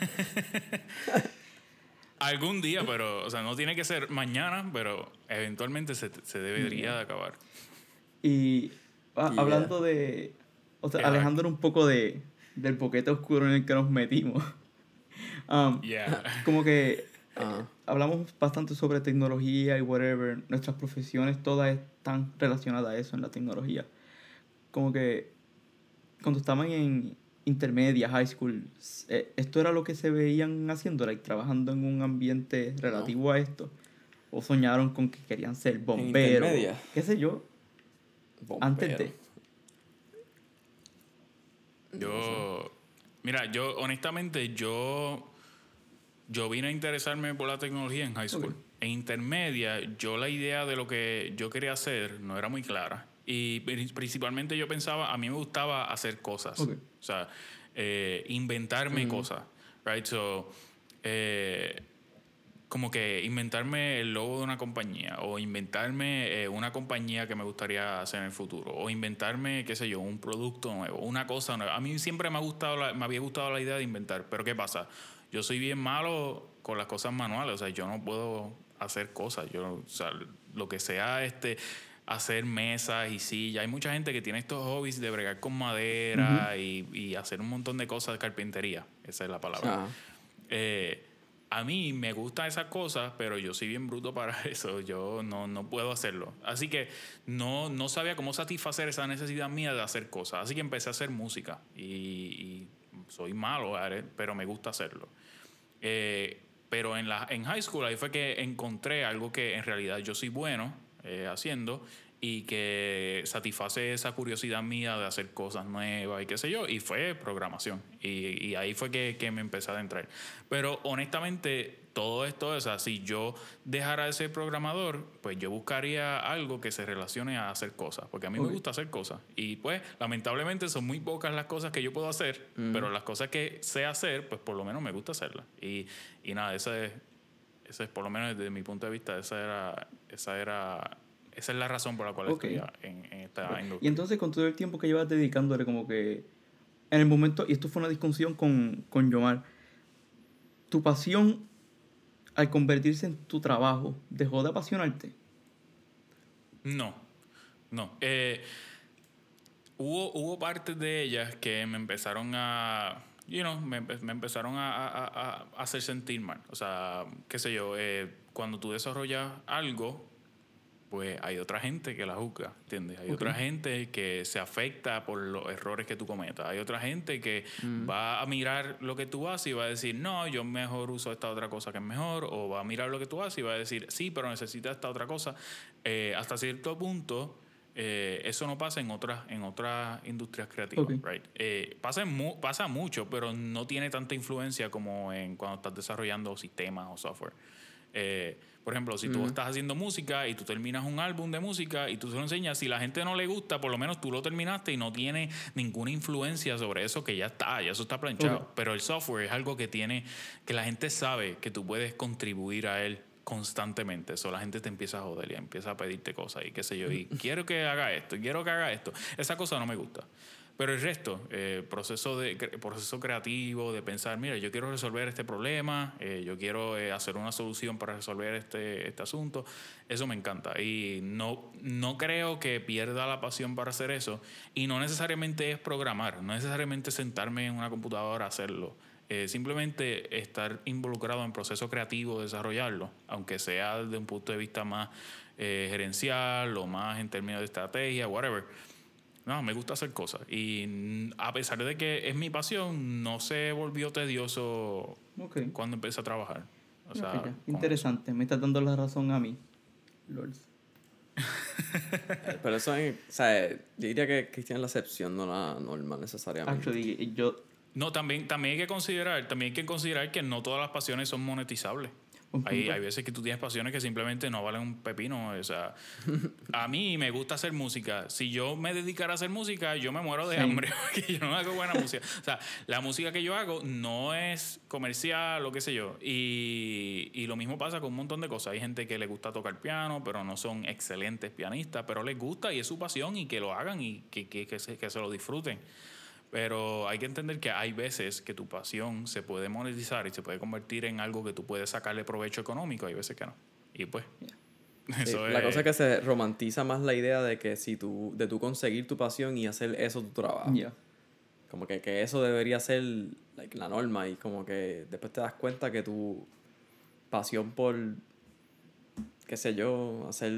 Algún día, pero, o sea, no tiene que ser mañana, pero eventualmente se, se debería de acabar.
Y ah,
Yeah.
hablando de. O sea,
Qué
alejándonos un poco de, del boquete oscuro en el que nos metimos. um,
Yeah.
Como que
Ajá.
hablamos bastante sobre tecnología y whatever. Nuestras profesiones todas están relacionadas a eso en la tecnología. Como que cuando estaban en intermedia, high school, eh, esto era lo que se veían haciendo, like, trabajando en un ambiente relativo a esto. O soñaron con que querían ser bomberos.
intermedia?
¿Qué sé yo? Antes
Bombero.
de.
Yo, mira, yo honestamente, yo, yo vine a interesarme por la tecnología en high school.
Ok.
En intermedia, yo la idea de lo que yo quería hacer no era muy clara. Y pri- principalmente yo pensaba, a mí me gustaba hacer cosas.
Ok.
O sea, eh, inventarme cosas. Right? So, eh, como que inventarme el logo de una compañía o inventarme eh, una compañía que me gustaría hacer en el futuro o inventarme, qué sé yo, un producto nuevo, una cosa nueva. A mí siempre me ha gustado la- me había gustado la idea de inventar, pero ¿qué pasa? Yo soy bien malo con las cosas manuales, o sea, yo no puedo hacer cosas, yo, o sea, lo que sea este hacer mesas y sillas. Hay mucha gente que tiene estos hobbies de bregar con madera y, y hacer un montón de cosas de carpintería, esa es la palabra.
Ajá.
Eh, a mí me gustan esas cosas, pero yo soy bien bruto para eso. Yo no, no puedo hacerlo. Así que no, no sabía cómo satisfacer esa necesidad mía de hacer cosas. Así que empecé a hacer música. Y, y soy malo, ¿vale? Pero me gusta hacerlo. Eh, pero en, la, en high school ahí fue que encontré algo que en realidad yo soy bueno eh, haciendo y que satisface esa curiosidad mía de hacer cosas nuevas y qué sé yo, y fue programación. Y, y ahí fue que, que me empecé a adentrar. Pero honestamente, todo esto, o sea, si yo dejara de ser programador, pues yo buscaría algo que se relacione a hacer cosas, porque a mí
Ok.
me gusta hacer cosas. Y pues, lamentablemente, son muy pocas las cosas que yo puedo hacer, pero las cosas que sé hacer, pues por lo menos me gusta hacerlas. Y, y nada, esa es, esa es, por lo menos desde mi punto de vista, esa era, esa era, esa es la razón por la cual
Ok.
estoy en, en esta
Y
industria.
entonces con todo el tiempo que llevas dedicándole como que en el momento, y esto fue una discusión con, con Yomar, tu pasión al convertirse en tu trabajo, ¿dejó de apasionarte?
No, no. Eh, hubo, hubo partes de ellas que me empezaron a, you know, me, empe- me empezaron a, a- a- a hacer sentir mal. O sea, qué sé yo, eh, cuando tú desarrollas algo, pues hay otra gente que la juzga, ¿entiendes? Hay
Ok.
otra gente que se afecta por los errores que tú cometas. Hay otra gente que va a mirar lo que tú haces y va a decir, no, yo mejor uso esta otra cosa que es mejor. O va a mirar lo que tú haces y va a decir, sí, pero necesita esta otra cosa. Eh, hasta cierto punto, Eh, eso no pasa en otras en otras industrias creativas,
Okay.
right? Eh, pasa, en mu- pasa mucho, pero no tiene tanta influencia como en cuando estás desarrollando sistemas o software. Eh, por ejemplo, si tú
Mm.
estás haciendo música y tú terminas un álbum de música y tú se lo enseñas, si la gente no le gusta, por lo menos tú lo terminaste y no tiene ninguna influencia sobre eso, que ya está, ya eso está planchado.
Okay.
Pero el software es algo que tiene, que la gente sabe que tú puedes contribuir a él constantemente. Eso la gente te empieza a joder y empieza a pedirte cosas y qué sé yo, y quiero que haga esto, y quiero que haga esto. Esa cosa no me gusta. Pero el resto, eh, proceso, de, cre- proceso creativo, de pensar, mira, yo quiero resolver este problema, eh, yo quiero eh, hacer una solución para resolver este, este asunto, eso me encanta. Y no, no creo que pierda la pasión para hacer eso. Y no necesariamente es programar, no necesariamente sentarme en una computadora a hacerlo. Eh, simplemente estar involucrado en el proceso creativo, desarrollarlo, aunque sea desde un punto de vista más eh, gerencial o más en términos de estrategia, whatever. No, me gusta hacer cosas. Y mm, a pesar de que es mi pasión, no se volvió tedioso
Okay.
cuando empecé a trabajar. O sea,
Ok, ya.
con eso.
Interesante. Me estás dando la razón a mí. Lols.
Eh, Pero eso es, o sea, yo diría que Cristian es la excepción, no la norma necesariamente.
Actually, yo...
No, también, también hay que considerar, también hay que considerar que no todas las pasiones son monetizables.
Un
Hay,
punto.
hay veces que tú tienes pasiones que simplemente no valen un pepino. O sea, a mí me gusta hacer música. Si yo me dedicara a hacer música, yo me muero de
Sí.
hambre porque yo no hago buena música. O sea, la música que yo hago no es comercial o qué sé yo. Y, y lo mismo pasa con un montón de cosas. Hay gente que le gusta tocar piano, pero no son excelentes pianistas, pero les gusta y es su pasión y que lo hagan y que, que, que, se, que se lo disfruten. Pero hay que entender que hay veces que tu pasión se puede monetizar y se puede convertir en algo que tú puedes sacarle provecho económico, hay veces que no. Y pues,
Sí,
eso
la
es...
cosa es que se romantiza más la idea de que si tú, de tú conseguir tu pasión y hacer eso tu trabajo.
Ya.
Como que, que eso debería ser like, la norma y como que después te das cuenta que tu pasión por, qué sé yo, hacer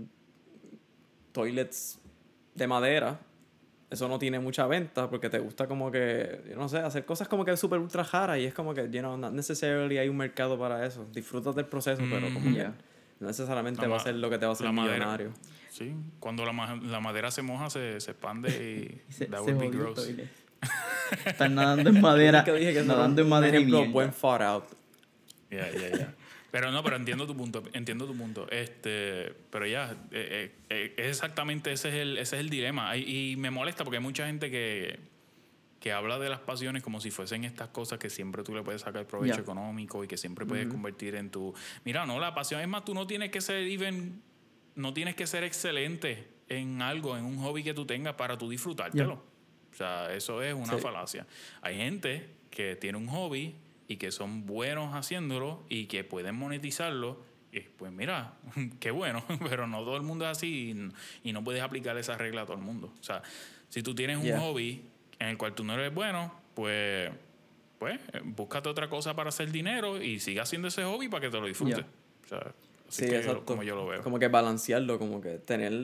toilets de madera, eso no tiene mucha venta porque te gusta como que, yo no sé, hacer cosas como que súper ultra raras y es como que, you know, not necessarily hay un mercado para eso. Disfrutas del proceso, pero como
Mm,
que
Ya.
no necesariamente
la
va a
ma-
ser lo que te va a hacer
la madera.
millonario.
Sí, cuando la, ma- la madera se moja, se, se expande y
Y se,
that
se
would be
jodió el
gross.
toilet. Están nadando en madera.
Yo dije que eso
nadando
era
en
un
madera y
ejemplo
mierda.
buen thought out.
Ya, ya, ya. Pero no, pero entiendo tu punto, entiendo tu punto. Este, pero ya, eh, eh, eh, es exactamente ese es el, ese es el dilema. Hay- y me molesta porque hay mucha gente que, que habla de las pasiones como si fuesen estas cosas que siempre tú le puedes sacar provecho
Ya.
económico y que siempre puedes convertir en tu... Mira, no, la pasión es más, tú no tienes que ser even, no tienes que ser excelente en algo, en un hobby que tú tengas para tú disfrutártelo. O sea, eso es una
Sí.
falacia. Hay gente que tiene un hobby y que son buenos haciéndolo y que pueden monetizarlo. Y pues mira, qué bueno, pero no todo el mundo es así y, y no puedes aplicar esa regla a todo el mundo. O sea, si tú tienes un
Yeah.
hobby en el cual tú no eres bueno, pues, pues eh, búscate otra cosa para hacer dinero y sigue haciendo ese hobby para que te lo disfrutes.
Yeah.
O sea, así
Sí,
que
exacto.
yo- como yo lo veo.
Como que balancearlo, como que tener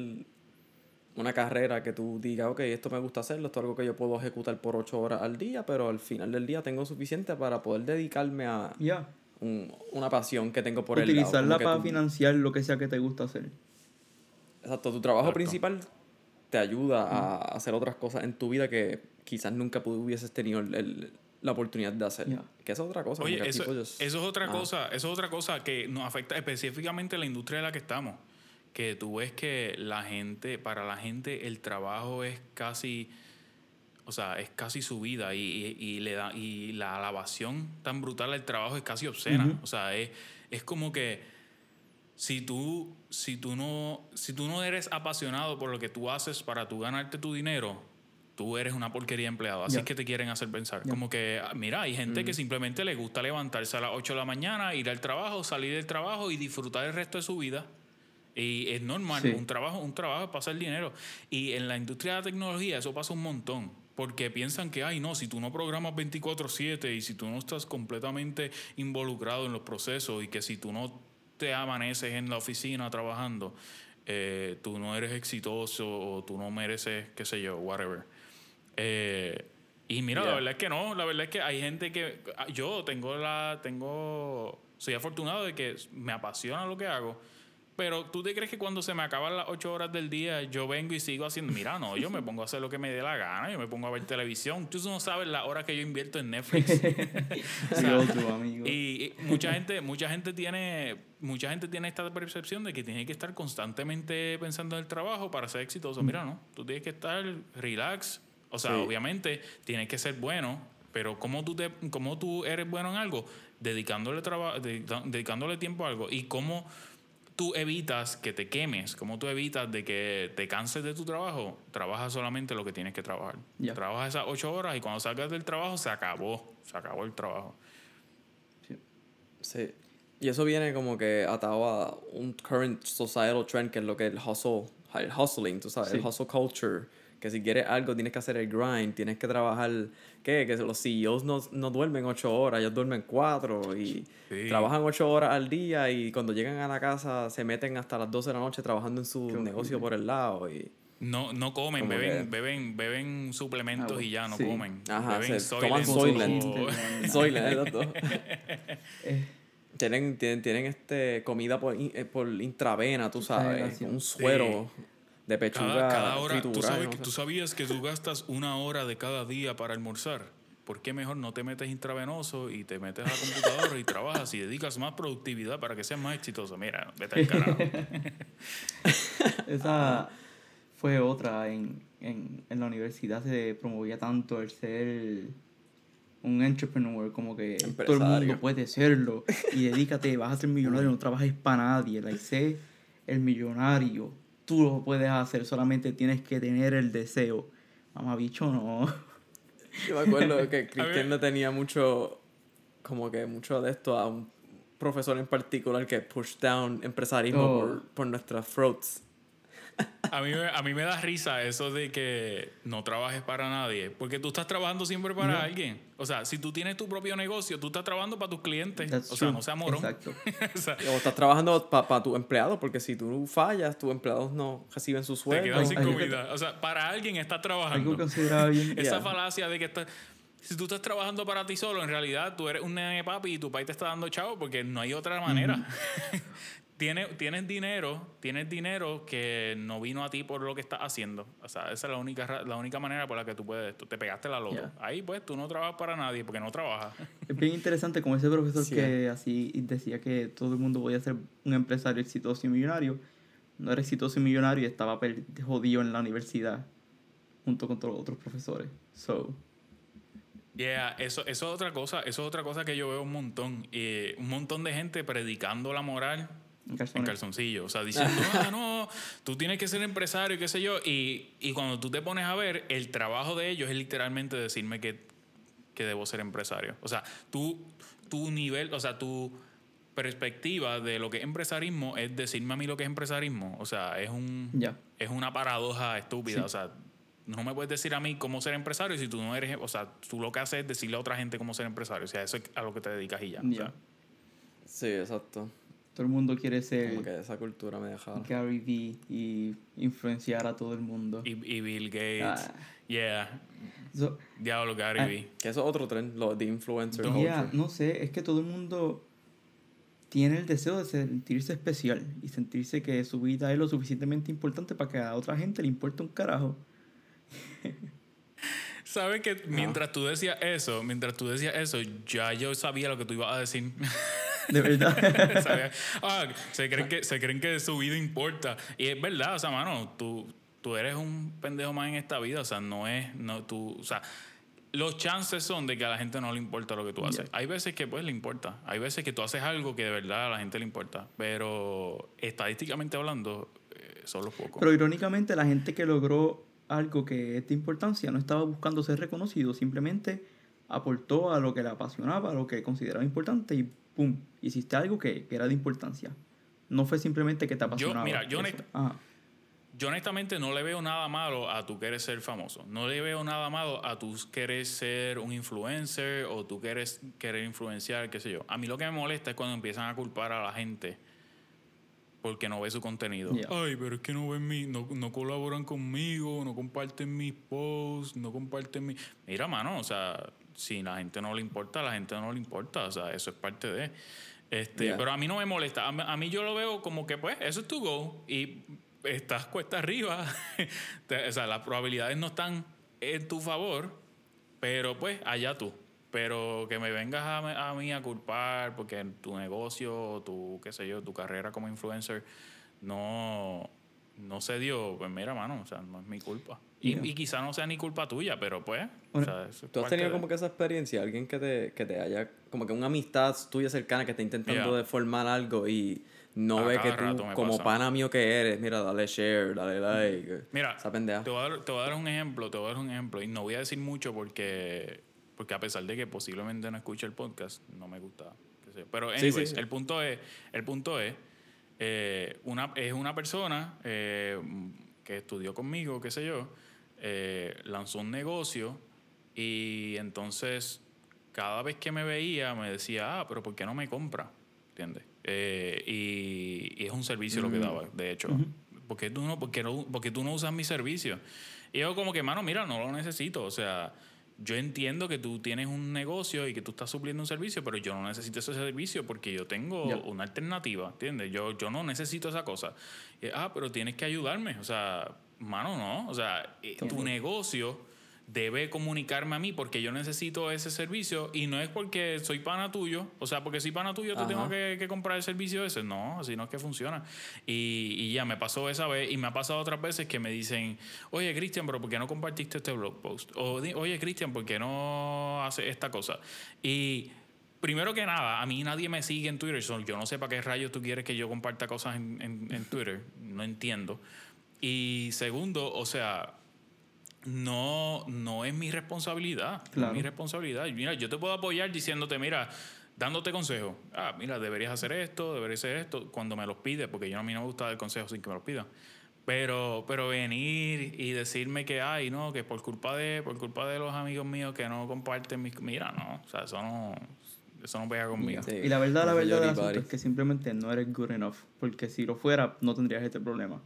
una carrera que tú digas, ok, esto me gusta hacerlo, esto es algo que yo puedo ejecutar por ocho horas al día, pero al final del día tengo suficiente para poder dedicarme a
Ya.
un- una pasión que tengo por el lado.
Utilizarla
Como que
para
tú-
financiar lo que sea que te gusta hacer.
Exacto, tu trabajo
Exacto.
principal te ayuda a hacer otras cosas en tu vida que quizás nunca pu- hubieses tenido el- el- la oportunidad de hacer.
Yeah.
Que eso es otra cosa.
Oye,
como que
eso,
people just-
eso es otra
ah.
cosa, eso es otra cosa que nos afecta específicamente a la industria en la que estamos. Que tú ves que la gente, para la gente el trabajo es casi, o sea, es casi su vida y, y, y le da, y la alabación tan brutal al trabajo es casi obscena.
Ujú.
O sea, es, es como que si tú, si tú no, si tú no eres apasionado por lo que tú haces para tú ganarte tu dinero, tú eres una porquería de empleado. Así
Ya.
es que te quieren hacer pensar.
Ya.
Como que, ah, mira, hay gente que simplemente le gusta levantarse a las ocho de la mañana, ir al trabajo, salir del trabajo y disfrutar el resto de su vida. Y es normal,
Sí.
un trabajo, un trabajo es pasar dinero. Y en la industria de la tecnología eso pasa un montón. Porque piensan que, ay, no, si tú no programas veinticuatro siete y si tú no estás completamente involucrado en los procesos y que si tú no te amaneces en la oficina trabajando, eh, tú no eres exitoso o tú no mereces, qué sé yo, whatever. Eh, y mira, la
Yeah.
verdad es que no, la verdad es que hay gente que... Yo tengo la... tengo Soy afortunado de que me apasiona lo que hago, pero ¿tú te crees que cuando se me acaban las ocho horas del día yo vengo y sigo haciendo? Mira, no, yo me pongo a hacer lo que me dé la gana, yo me pongo a ver televisión. Tú no sabes la hora que yo invierto en Netflix. O sea,
Yo, tu amigo.
y, y mucha gente, mucha gente tiene, mucha gente tiene esta percepción de que tiene que estar constantemente pensando en el trabajo para ser exitoso. Mira, no, tú tienes que estar relax. O sea,
Sí.
obviamente tienes que ser bueno, pero ¿cómo tú, te, cómo tú eres bueno en algo? Dedicándole, traba, dedicándole tiempo a algo. Y cómo tú evitas que te quemes, cómo tú evitas de que te canses de tu trabajo. Trabaja solamente lo que tienes que trabajar.
Ya.
Trabaja esas ocho horas y cuando salgas del trabajo se acabó. Se acabó el trabajo.
Sí.
Sí. Y eso viene como que atado a un current societal trend que es lo que es el hustle, el hustling, tú sabes,
Sí.
el hustle culture. Que si quieres algo tienes que hacer el grind, tienes que trabajar, ¿qué? Que los C E Os no, no duermen ocho horas, ellos duermen cuatro y
Sí.
trabajan ocho horas al día y cuando llegan a la casa se meten hasta las doce de la noche trabajando en su
Qué
negocio
horrible.
por el lado y...
No, no comen,
Como
beben,
que-
beben, beben suplementos
Agua.
y ya no
Sí.
comen.
Ajá,
Beben
se toman
Soylent
Soylent.
o-
Soylent, exacto.
Eh,
Tienen, tienen, tienen este comida por, in- eh, por intravena, tú sabes,
Exageración.
un suero de pechuga
Cada, cada hora, ¿tú,
triturada,
sabes,
no
que-
sé.
tú sabías que tú gastas una hora de cada día para almorzar. ¿Por qué mejor no te metes intravenoso y te metes a la computadora y trabajas y dedicas más productividad para que seas más exitoso? Mira, vete al carajo.
Esa fue otra. En, en, en la universidad se promovía tanto el ser un entrepreneur, como que todo el
Empresario.
mundo puede serlo. Y dedícate, vas a ser millonario, no trabajes para nadie. Like, sé el millonario. Tú lo puedes hacer, solamente tienes que tener el deseo. Mamá bicho, no.
Yo me acuerdo que
A
Cristian
ver.
le tenía mucho, como que mucho de esto a un profesor en particular que push down empresarismo
Oh.
por, por nuestras throats.
A mí, me- a mí me da risa eso de que no trabajes para nadie, porque tú estás trabajando siempre para
Yeah.
alguien. O sea, si tú tienes tu propio negocio, tú estás trabajando para tus clientes.
That's
o sea,
true.
no seas morón.
Exacto.
O sea,
O estás trabajando para tus empleados, porque si tú fallas, tus empleados no reciben su
te
sueldo.
quedas sin
Algo que-
comida. O sea, para alguien estás
Algo
trabajando.
consideraba bien.
Esa
Yeah.
falacia de que estás... Si tú estás trabajando para ti solo, en realidad tú eres un nene papi y tu país te está dando chavo porque no hay otra manera. tienes, tienes dinero, tienes dinero que no vino a ti por lo que estás haciendo. O sea, esa es la única, ra- la única manera por la que tú puedes... Tú te pegaste la loto.
Yeah.
Ahí pues tú no trabajas para nadie porque no trabajas.
Es bien interesante como ese profesor
Sí.
que así decía que todo el mundo podía ser un empresario exitoso y millonario. No era exitoso y millonario y estaba per- jodido en la universidad junto con todos los otros profesores. So,
Yeah, eso, eso es otra cosa. Eso es otra cosa que yo veo un montón. Eh, un montón de gente predicando la moral
en
en
calzones.
calzoncillo. O sea, diciendo, ah, no, tú tienes que ser empresario, qué sé yo. Y, y cuando tú te pones a ver, el trabajo de ellos es literalmente decirme que, que debo ser empresario. O sea, tú, tu nivel, o sea, tu perspectiva de lo que es empresarismo es decirme a mí lo que es empresarismo. O sea, es un
Ya.
es una paradoja estúpida.
Sí.
O sea, no me puedes decir a mí cómo ser empresario si tú no eres, o sea, tú lo que haces es decirle a otra gente cómo ser empresario. O sea, eso es a lo que te dedicas y ya. O
Ya.
sea,
Sí, exacto.
Todo el mundo quiere
Como
ser
que esa cultura me dejaba.
Gary Vee y influenciar a todo el mundo.
y, y Bill Gates.
Ah.
Yeah.
So,
Diablo, Gary
Ah,
Vee.
Que eso es otro tren, lo de influencer
No.
yeah,
culture.
no sé, es que todo el mundo tiene el deseo de sentirse especial y sentirse que su vida es lo suficientemente importante para que a otra gente le importe un carajo.
¿Sabes que mientras tú decías eso, mientras tú decías eso, ya yo sabía lo que tú ibas a decir?
De verdad.
¿Sabes? Ah, se creen que se creen que su vida importa y es verdad, o sea, mano, tú tú eres un pendejo más en esta vida, o sea, no es no tú, o sea, los chances son de que a la gente no le importa lo que tú haces.
Yeah.
Hay veces que pues le importa, hay veces que tú haces algo que de verdad a la gente le importa, pero estadísticamente hablando eh, son los pocos.
Pero irónicamente la gente que logró algo que es de importancia no estaba buscando ser reconocido, simplemente aportó a lo que le apasionaba, a lo que consideraba importante y ¡pum! Hiciste algo que, que era de importancia. No fue simplemente que te apasionaba.
mira, yo
eso.
honest-
Ajá.
Yo honestamente no le veo nada malo a tú querer ser famoso. No le veo nada malo a tú querer ser un influencer o tú quieres querer influenciar, qué sé yo. A mí lo que me molesta es cuando empiezan a culpar a la gente porque no ve su contenido.
Yeah.
Ay, pero es que no ven mi, no, no colaboran conmigo, no comparten mis posts, no comparten mi... Mira, mano, o sea, si la gente no le importa, a la gente no le importa. O sea, eso es parte de... Este,
Yeah.
Pero a mí no me molesta. A mí, a mí yo lo veo como que, pues, eso es tu go. Y estás cuesta arriba. O sea, las probabilidades no están en tu favor. Pero, pues, allá tú. Pero que me vengas a, a mí a culpar porque tu negocio, tu, qué sé yo, tu carrera como influencer no, no se dio, pues mira, mano, o sea, no es mi culpa. Y,
Yeah.
y quizá no sea ni culpa tuya, pero pues,
Bueno,
o sea, eso es
¿Tú has
parte
tenido
de-
como que esa experiencia? Alguien que te, que te haya, como que una amistad tuya cercana que está intentando
Yeah.
de formar algo y no
A
ve que
cada rato
tú,
me
como
pasa.
pana mío que eres, mira, dale share, dale like,
Mira,
esa pendeja.
te voy, a dar, te voy a dar un ejemplo, te voy a dar un ejemplo. Y no voy a decir mucho porque, porque a pesar de que posiblemente no escuche el podcast, no me gusta. Qué sé yo. Pero
Sí,
anyways,
sí.
el punto es, el punto es, eh, una, es una persona eh, que estudió conmigo, qué sé yo, eh, lanzó un negocio y entonces cada vez que me veía me decía, ah, pero ¿por qué no me compra? ¿Entiendes? Eh, y, y es un servicio lo que
Mm.
daba, de hecho.
Ujú.
¿Por qué tú no, por qué no, por qué tú no usas mi servicio? Y yo como que, mano, mira, no lo necesito. O sea, yo entiendo que tú tienes un negocio y que tú estás supliendo un servicio, pero yo no necesito ese servicio porque yo tengo
Ya.
una alternativa, ¿entiendes? Yo, yo no necesito esa cosa. Y, ah, pero tienes que ayudarme. O sea, mano, no. O sea, eh, tu
Entiendo.
negocio debe comunicarme a mí porque yo necesito ese servicio y no es porque soy pana tuyo, o sea, porque soy pana tuyo te
Ajá.
tengo que, que comprar el servicio ese, no, así no es que funciona. Y, y ya me pasó esa vez y me ha pasado otras veces que me dicen, oye Cristian, pero ¿por qué no compartiste este blog post? O oye Cristian, ¿por qué no haces esta cosa? Y primero que nada, a mí nadie me sigue en Twitter, so yo no sé para qué rayos tú quieres que yo comparta cosas en, en, en Twitter, no entiendo. Y segundo, o sea, no, no es mi responsabilidad. No
Claro.
es mi responsabilidad. Y mira, yo te puedo apoyar diciéndote, mira, dándote consejos. Ah, mira, deberías hacer esto, deberías hacer esto, cuando me los pides, porque yo a mí no me gusta dar consejos sin que me los pidan. Pero, pero venir y decirme que, ay, no, que por culpa de, por culpa de los amigos míos que no comparten mis... Mira, no, o sea, eso no, eso no pega conmigo.
Sí,
Y la verdad, la
no soy
verdad del
Johnny
asunto
Buddy.
es que simplemente no eres good enough. Porque si lo fuera, no tendrías este problema.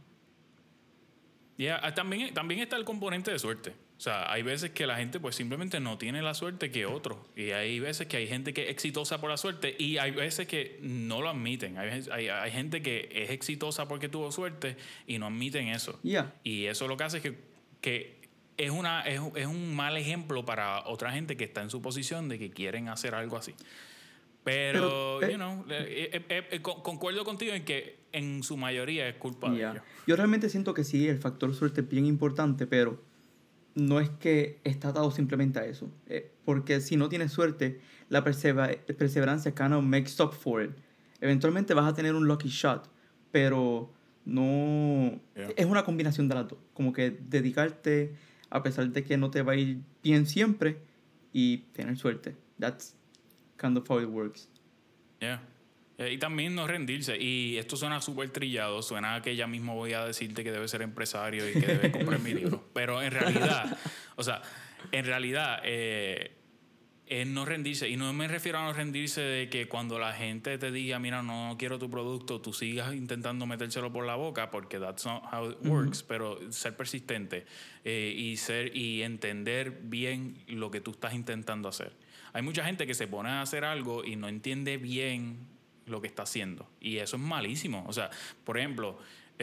Yeah, ah, también, también está el componente de suerte. O sea, hay veces que la gente pues simplemente no tiene la suerte que otros. Y hay veces que hay gente que es exitosa por la suerte y hay veces que no lo admiten. Hay, hay, hay gente que es exitosa porque tuvo suerte y no admiten eso.
Ya.
Y eso lo que hace es que, que es, una, es, es un mal ejemplo para otra gente que está en su posición de que quieren hacer algo así. Pero,
Pero, eh,
you know, eh, eh, eh, eh, con- concuerdo contigo en que en su mayoría es culpa de
Ya.
ellos.
Yo realmente siento que sí, el factor suerte es bien importante, pero no es que está atado simplemente a eso. Eh, porque si no tienes suerte, la perseva- perseverancia kind of makes up for it. Eventualmente vas a tener un lucky shot, pero no...
Yeah.
Es una combinación de las dos. Como que dedicarte a pesar de que no te va a ir bien siempre y tener suerte. That's kind of how it works.
Yeah. Eh, Y también no rendirse. Y esto suena súper trillado. Suena a que ya mismo voy a decirte que debes ser empresario y que debes comprar mi libro. Pero en realidad, o sea, en realidad eh, es no rendirse. Y no me refiero a no rendirse de que cuando la gente te diga, mira, no quiero tu producto, tú sigas intentando metérselo por la boca, porque that's not how it works. Pero ser persistente eh, y, ser, y entender bien lo que tú estás intentando hacer. Hay mucha gente que se pone a hacer algo y no entiende bien lo que está haciendo. Y eso es malísimo. O sea, por ejemplo,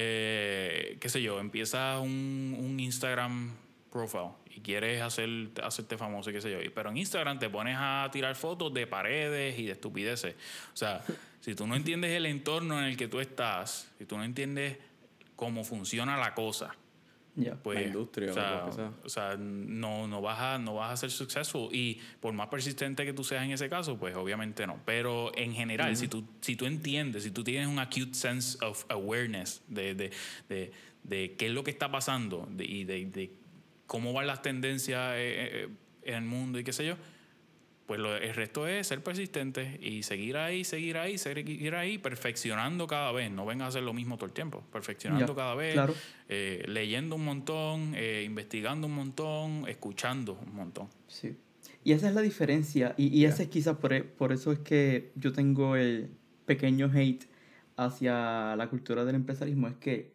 eh, qué sé yo, empiezas un, un Instagram profile y quieres hacer, hacerte famoso, qué sé yo. Pero en Instagram te pones a tirar fotos de paredes y de estupideces. O sea, si tú no entiendes el entorno en el que tú estás, si tú no entiendes cómo funciona la cosa,
Ya.
pues,
La industria
o
o
sea,
lo que sea.
o sea, no, no, vas a, no vas a ser successful. Y por más persistente que tú seas en ese caso, pues obviamente no. Pero en general, si, tú, si tú entiendes, si tú tienes un acute sense of awareness de, de, de, de qué es lo que está pasando de, y de, de cómo van las tendencias eh, eh, en el mundo y qué sé yo, pues lo, el resto es ser persistente y seguir ahí, seguir ahí, seguir ahí, perfeccionando cada vez. No vengas a hacer lo mismo todo el tiempo. Perfeccionando
Ya,
cada vez,
claro.
eh, leyendo un montón, eh, investigando un montón, escuchando un montón.
Sí. Y esa es la diferencia. Y, y ese es quizás por, e- por eso es que yo tengo el pequeño hate hacia la cultura del empresarismo. Es que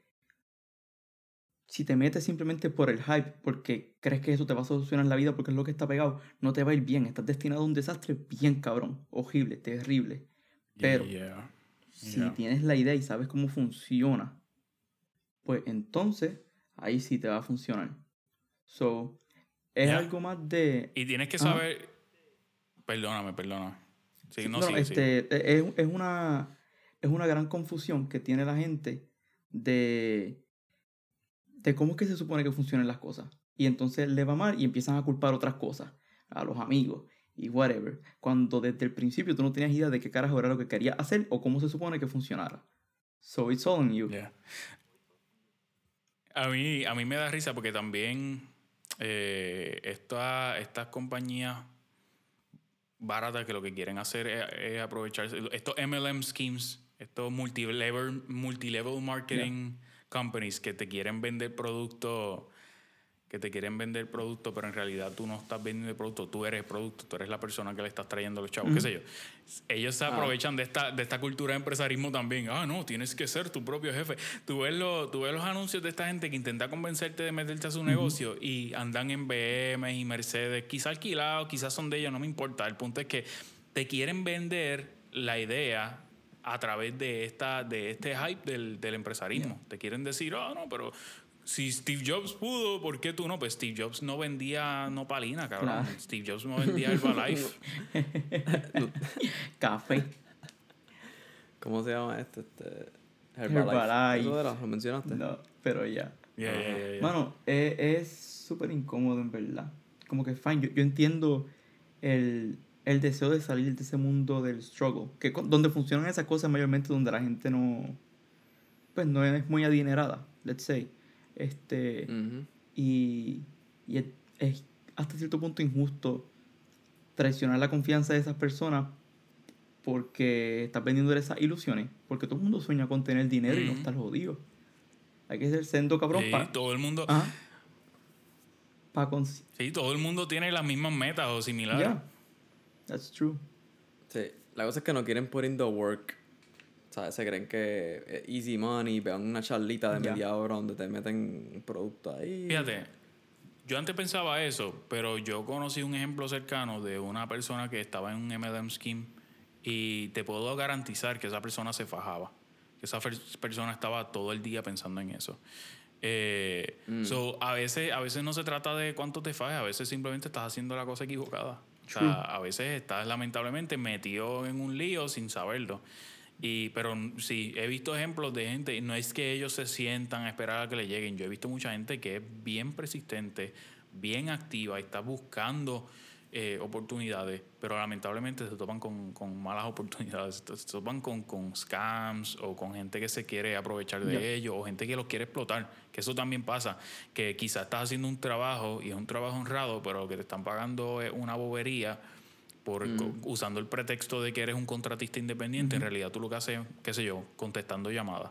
si te metes simplemente por el hype, porque crees que eso te va a solucionar la vida porque es lo que está pegado, no te va a ir bien. Estás destinado a un desastre bien cabrón, horrible, terrible. Pero
Yeah.
si
Yeah.
tienes la idea y sabes cómo funciona, pues entonces ahí sí te va a funcionar. So, es
Yeah.
algo más de...
Y tienes que
Ajá.
saber... Perdóname, perdóname. Sí,
Sí,
no,
no,
sigue, sigue.
este, es, es una, es una gran confusión que tiene la gente de, de cómo es que se supone que funcionan las cosas. Y entonces le va mal y empiezan a culpar otras cosas, a los amigos y whatever. Cuando desde el principio tú no tenías idea de qué carajo era lo que querías hacer o cómo se supone que funcionara. So it's all on you.
Yeah. A mí, a mí me da risa porque también eh, esta- estas compañías baratas que lo que quieren hacer es, es aprovecharse. Estos M L M schemes, estos multilevel, multilevel marketing companies que te quieren vender productos, que te quieren vender productos, pero en realidad tú no estás vendiendo el producto, tú eres el producto, tú eres la persona que le estás trayendo a los chavos, qué sé yo. Ellos se aprovechan de esta, de esta cultura de empresarismo también. Ah, no, tienes que ser tu propio jefe. Tú ves, lo, tú ves los anuncios de esta gente que intenta convencerte de meterte a su negocio y andan en B M y Mercedes, quizás alquilados, quizás son de ellos, no me importa. El punto es que te quieren vender la idea a través de esta de este hype del, del empresarismo.
Yeah.
Te quieren decir, ah, no, pero si Steve Jobs pudo, ¿por qué tú no? Pues Steve Jobs no vendía nopalina, cabrón.
Claro.
Steve Jobs no vendía Herbalife.
Café.
¿Cómo se llama este? este
Herbalife.
Herbalife. ¿Eso era? ¿Lo mencionaste?
No, pero ya.
Yeah, yeah, yeah, yeah.
Mano, es es súper incómodo en verdad. Como que, fine, yo, yo entiendo el, el deseo de salir de ese mundo del struggle. Que con- donde funcionan esas cosas mayormente donde la gente no... Pues no es muy adinerada, let's say. Este...
Ujú.
Y, y es, es hasta cierto punto injusto traicionar la confianza de esas personas porque estás vendiendo esas ilusiones. Porque todo el mundo sueña con tener dinero y no
Ujú.
estar jodido. Hay que ser sendo cabrón
Sí,
para...
todo el mundo,
Ajá. Para cons-
sí, todo el mundo tiene las mismas metas o similares.
Yeah, that's true.
Sí. La cosa es que no quieren put in the work. ¿Sabes? Se creen que es easy money, vean una charlita de
Ya.
media hora donde te meten un producto ahí.
Fíjate, yo antes pensaba eso, pero yo conocí un ejemplo cercano de una persona que estaba en un M L M scheme y te puedo garantizar que esa persona se fajaba, que esa fer- persona estaba todo el día pensando en eso. Eh, so, a veces, a veces no se trata de cuánto te fajes, a veces simplemente estás haciendo la cosa equivocada. O sea,
True.
a veces estás lamentablemente metido en un lío sin saberlo. Y, pero sí, he visto ejemplos de gente, no es que ellos se sientan a esperar a que le lleguen. Yo he visto mucha gente que es bien persistente, bien activa y está buscando eh, oportunidades, pero lamentablemente se topan con, con malas oportunidades, se topan con, con scams o con gente que se quiere aprovechar de
Yeah.
ellos o gente que los quiere explotar, que eso también pasa, que quizás estás haciendo un trabajo y es un trabajo honrado, pero lo que te están pagando es una bobería por co- usando el pretexto de que eres un contratista independiente. En realidad tú lo que haces, qué sé yo, contestando llamadas.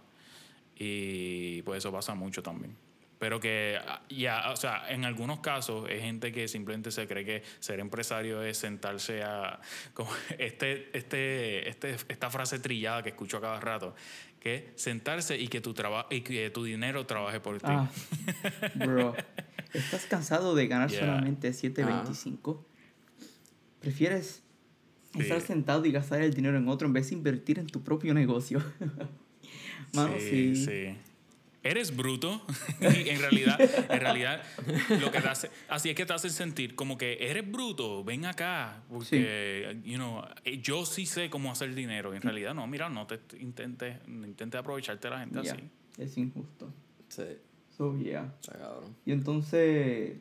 Y pues eso pasa mucho también. Pero que ah, ya, o sea, en algunos casos es gente que simplemente se cree que ser empresario es sentarse a... Como este, este, este, esta frase trillada que escucho a cada rato, que es sentarse y que tu, traba, y que tu dinero trabaje por ti.
Ah, bro. ¿Estás cansado de ganar
Yeah.
solamente siete veinticinco? ¿Prefieres
Sí.
estar sentado y gastar el dinero en otro en vez de invertir en tu propio negocio? Mano, sí.
Sí, sí. Eres bruto. Y en realidad, en realidad, lo que te hace, así es que te hace sentir como que eres bruto, ven acá, porque, you know, eh, yo sí sé cómo hacer dinero. En realidad, no, mira, no te intentes, no intentes aprovecharte de la gente
Ya,
así.
es injusto.
Sí.
So, yeah.
Está cabrón.
Y entonces,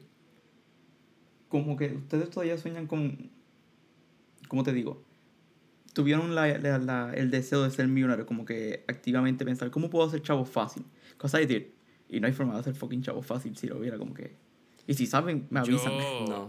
como que ustedes todavía sueñan con, ¿cómo te digo? Tuvieron la, la- la- el deseo de ser millonario, como que activamente pensar, ¿cómo puedo hacer chavo fácil? Cosa I did. Y no hay forma de hacer fucking chavo fácil si lo hubiera, como que... Y si saben, me avisan.
Yo,
No.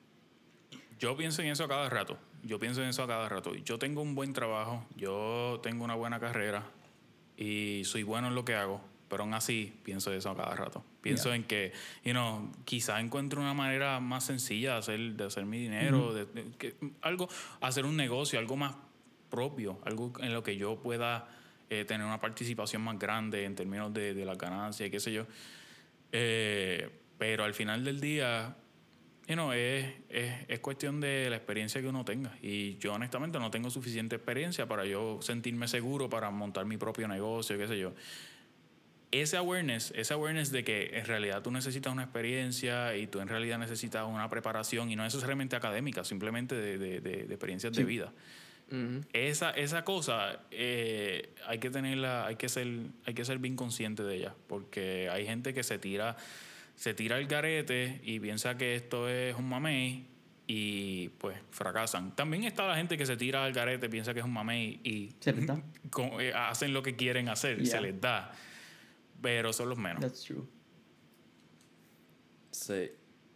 yo pienso en eso a cada rato. Yo pienso en eso a cada rato. Yo tengo un buen trabajo, yo tengo una buena carrera y soy bueno en lo que hago, pero aún así pienso eso a cada rato. Pienso
Yeah.
en que, you know, quizá encuentre una manera más sencilla de hacer, de hacer mi dinero, de, de- que, algo, hacer un negocio, algo más propio, algo en lo que yo pueda eh, tener una participación más grande en términos de, de las ganancias y qué sé yo. Eh, pero al final del día, you know, es, es, es cuestión de la experiencia que uno tenga. Y yo honestamente no tengo suficiente experiencia para yo sentirme seguro para montar mi propio negocio, qué sé yo. Ese awareness, ese awareness de que en realidad tú necesitas una experiencia y tú en realidad necesitas una preparación, y no necesariamente académica, simplemente de, de, de, de experiencias sí. de vida. Uh-huh. Esa, esa cosa eh, hay que tenerla, hay que ser, hay que ser bien consciente de ella, porque hay gente que se tira, se tira el garete y piensa que esto es un mamey y pues fracasan. También está la gente que se tira al garete, piensa que es un mamey y
se les da.
Con, eh, hacen lo que quieren hacer, yeah. se les da. Pero son los menos.
That's true.
Sí.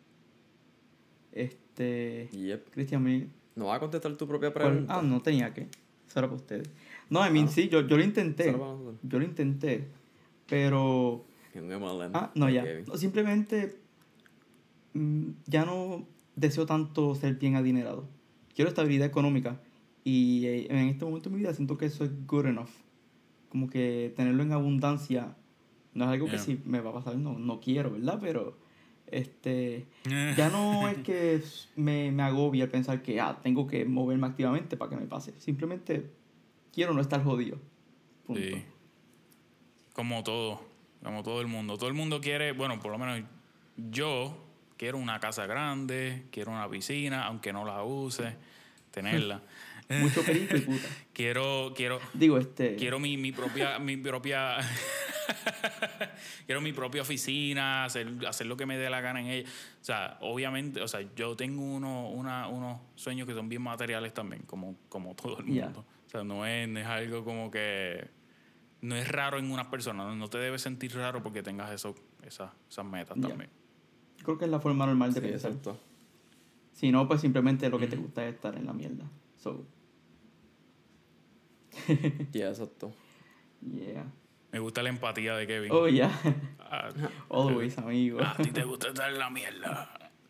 Este.
Yep.
Cristian, me...
¿No vas a contestar tu propia pregunta?
Ah, no tenía que. Eso era para ustedes. No, I mean, ah. sí, yo, yo lo intenté. Yo lo intenté. Pero. Ah, no, ya. No, simplemente. Mmm, ya no deseo tanto ser bien adinerado. Quiero estabilidad económica. Y eh, en este momento de mi vida siento que eso es good enough. Como que tenerlo en abundancia. No es algo yeah. que si me va a pasar, no, no quiero, ¿verdad? Pero este ya no es que me, me agobia el pensar que ah, tengo que moverme activamente para que me pase. Simplemente quiero no estar jodido. Punto.
Sí. Como todo, como todo el mundo. Todo el mundo quiere, bueno, por lo menos yo quiero una casa grande, quiero una piscina, aunque no la use, tenerla.
Mucho perico y puta.
Quiero, quiero.
Digo, este.
Quiero mi, mi propia, mi propia. Quiero mi propia oficina, hacer, hacer lo que me dé la gana en ella. O sea, obviamente, o sea, yo tengo uno, una, unos sueños que son bien materiales también, como, como todo el mundo.
Yeah.
O sea, no es, no es algo como que. No es raro en unas personas. No, no te debes sentir raro porque tengas eso, esas, esas metas yeah. también.
Creo que es la forma normal de
sí,
pensar.
Exacto.
Si no, pues simplemente lo que mm. te gusta es estar en la mierda. So.
Yeah, exacto.
Yeah.
Me gusta la empatía de Kevin.
Oh, yeah. Ah, always, amigo.
A ti te gusta estar en la mierda.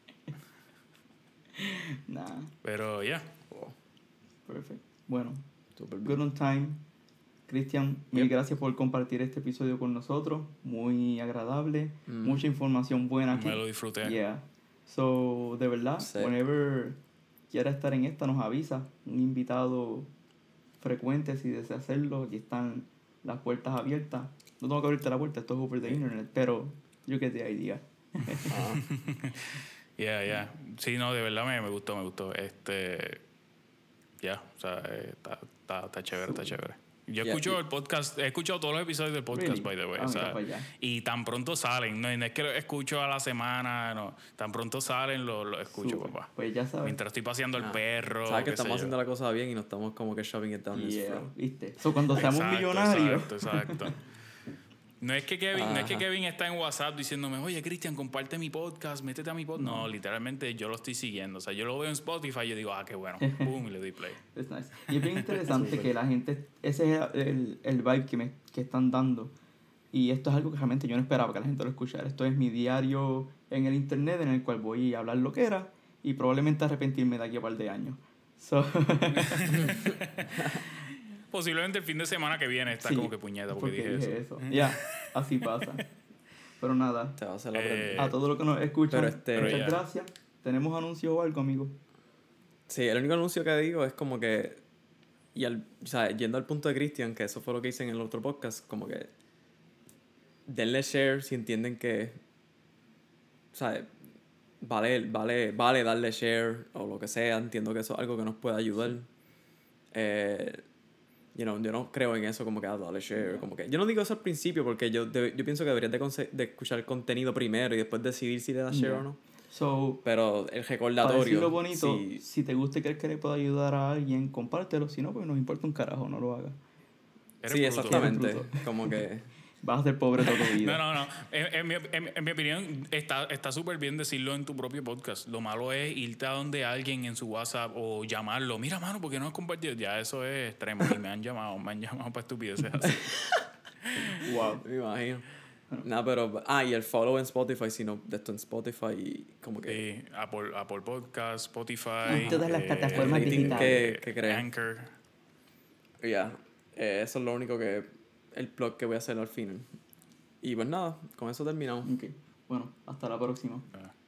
Nah.
Pero, ya. Yeah.
Oh. Perfect. Bueno. Super good on time. Cristian, mil yep. gracias por compartir este episodio con nosotros. Muy agradable. Mm. Mucha información buena aquí.
Me lo disfruté.
Yeah. So, de verdad, sí. whenever quiera estar en esta, nos avisa. Un invitado frecuente, si desea hacerlo. Aquí están las puertas abiertas. No tengo que abrirte la puerta, esto es over the sí. internet, pero you get the idea.
Ah. Yeah, yeah. Sí, no, de verdad me, me gustó, me gustó. Este, ya, yeah, o sea, está, está, está chévere, sí. está chévere. Yo yeah, escucho yeah. el podcast, he escuchado todos los episodios del podcast, really? by the way. Ah, o sea, y tan pronto salen, no, no es que lo escucho a la semana, no. Tan pronto salen, lo, lo escucho, Super. papá.
Pues ya sabes.
Mientras estoy paseando ah. el perro.
Sabes que estamos haciendo yo. la cosa bien y no estamos como que shoving it down
yeah.
his throat.
¿Viste? So, cuando seamos
exacto,
millonarios.
Exacto, exacto. No es que Kevin, no es que Kevin está en WhatsApp diciéndome, oye, Cristian, comparte mi podcast, métete a mi podcast. No. no, literalmente yo lo estoy siguiendo. O sea, yo lo veo en Spotify y yo digo, ah, qué bueno. Boom, y le doy play.
Es nice. Y es bien interesante que la gente, ese es el, el vibe que me que están dando. Y esto es algo que realmente yo no esperaba que la gente lo escuchara. Esto es mi diario en el internet en el cual voy a hablar lo que era y probablemente arrepentirme de aquí a un par de años. So
posiblemente el fin de semana que viene está sí, como que puñeta porque, porque dije,
dije
eso.
eso. Ya, yeah, así pasa. Pero nada,
te vas a, hacer
eh,
a todos los que nos escuchan,
pero este,
muchas
pero
gracias. ¿Tenemos anuncios o algo, amigo?
Sí, el único anuncio que digo es como que, y al, o sea, yendo al punto de Cristian, que eso fue lo que hice en el otro podcast, como que denle share si entienden que, o sea, vale, vale, vale darle share o lo que sea, entiendo que eso es algo que nos puede ayudar. Sí. Eh, You know, yo no creo en eso como que ah, dale share, como que yo no digo eso al principio porque yo, de, yo pienso que deberías de, conse- de escuchar el contenido primero y después decidir si le das share yeah. o no.
So,
pero el recordatorio,
para decirlo bonito,
si,
si te gusta y crees que le pueda ayudar a alguien, compártelo. Si no, pues nos importa un carajo, no lo hagas.
Sí, exactamente. Como que
vas a ser pobre toda tu vida.
No, no, no. En, en, mi, en, en mi opinión, está está súper bien decirlo en tu propio podcast. Lo malo es irte a donde alguien en su WhatsApp o llamarlo. Mira, mano, ¿por qué no has compartido? Ya eso es extremo. Y me han llamado, me han llamado para estupideces así.
Wow.
Me imagino. No, pero... Ah, y el follow en Spotify, sino de esto en Spotify y como que...
Sí, Apple, Apple Podcast, Spotify...
Y todas las
eh,
plataformas digitales.
Que, que crean.
Anchor.
Ya. Yeah. Eh, eso es lo único que... El plug que voy a hacer al final. Y pues nada, con eso terminamos.
Ok. Bueno, hasta la próxima.
Ah.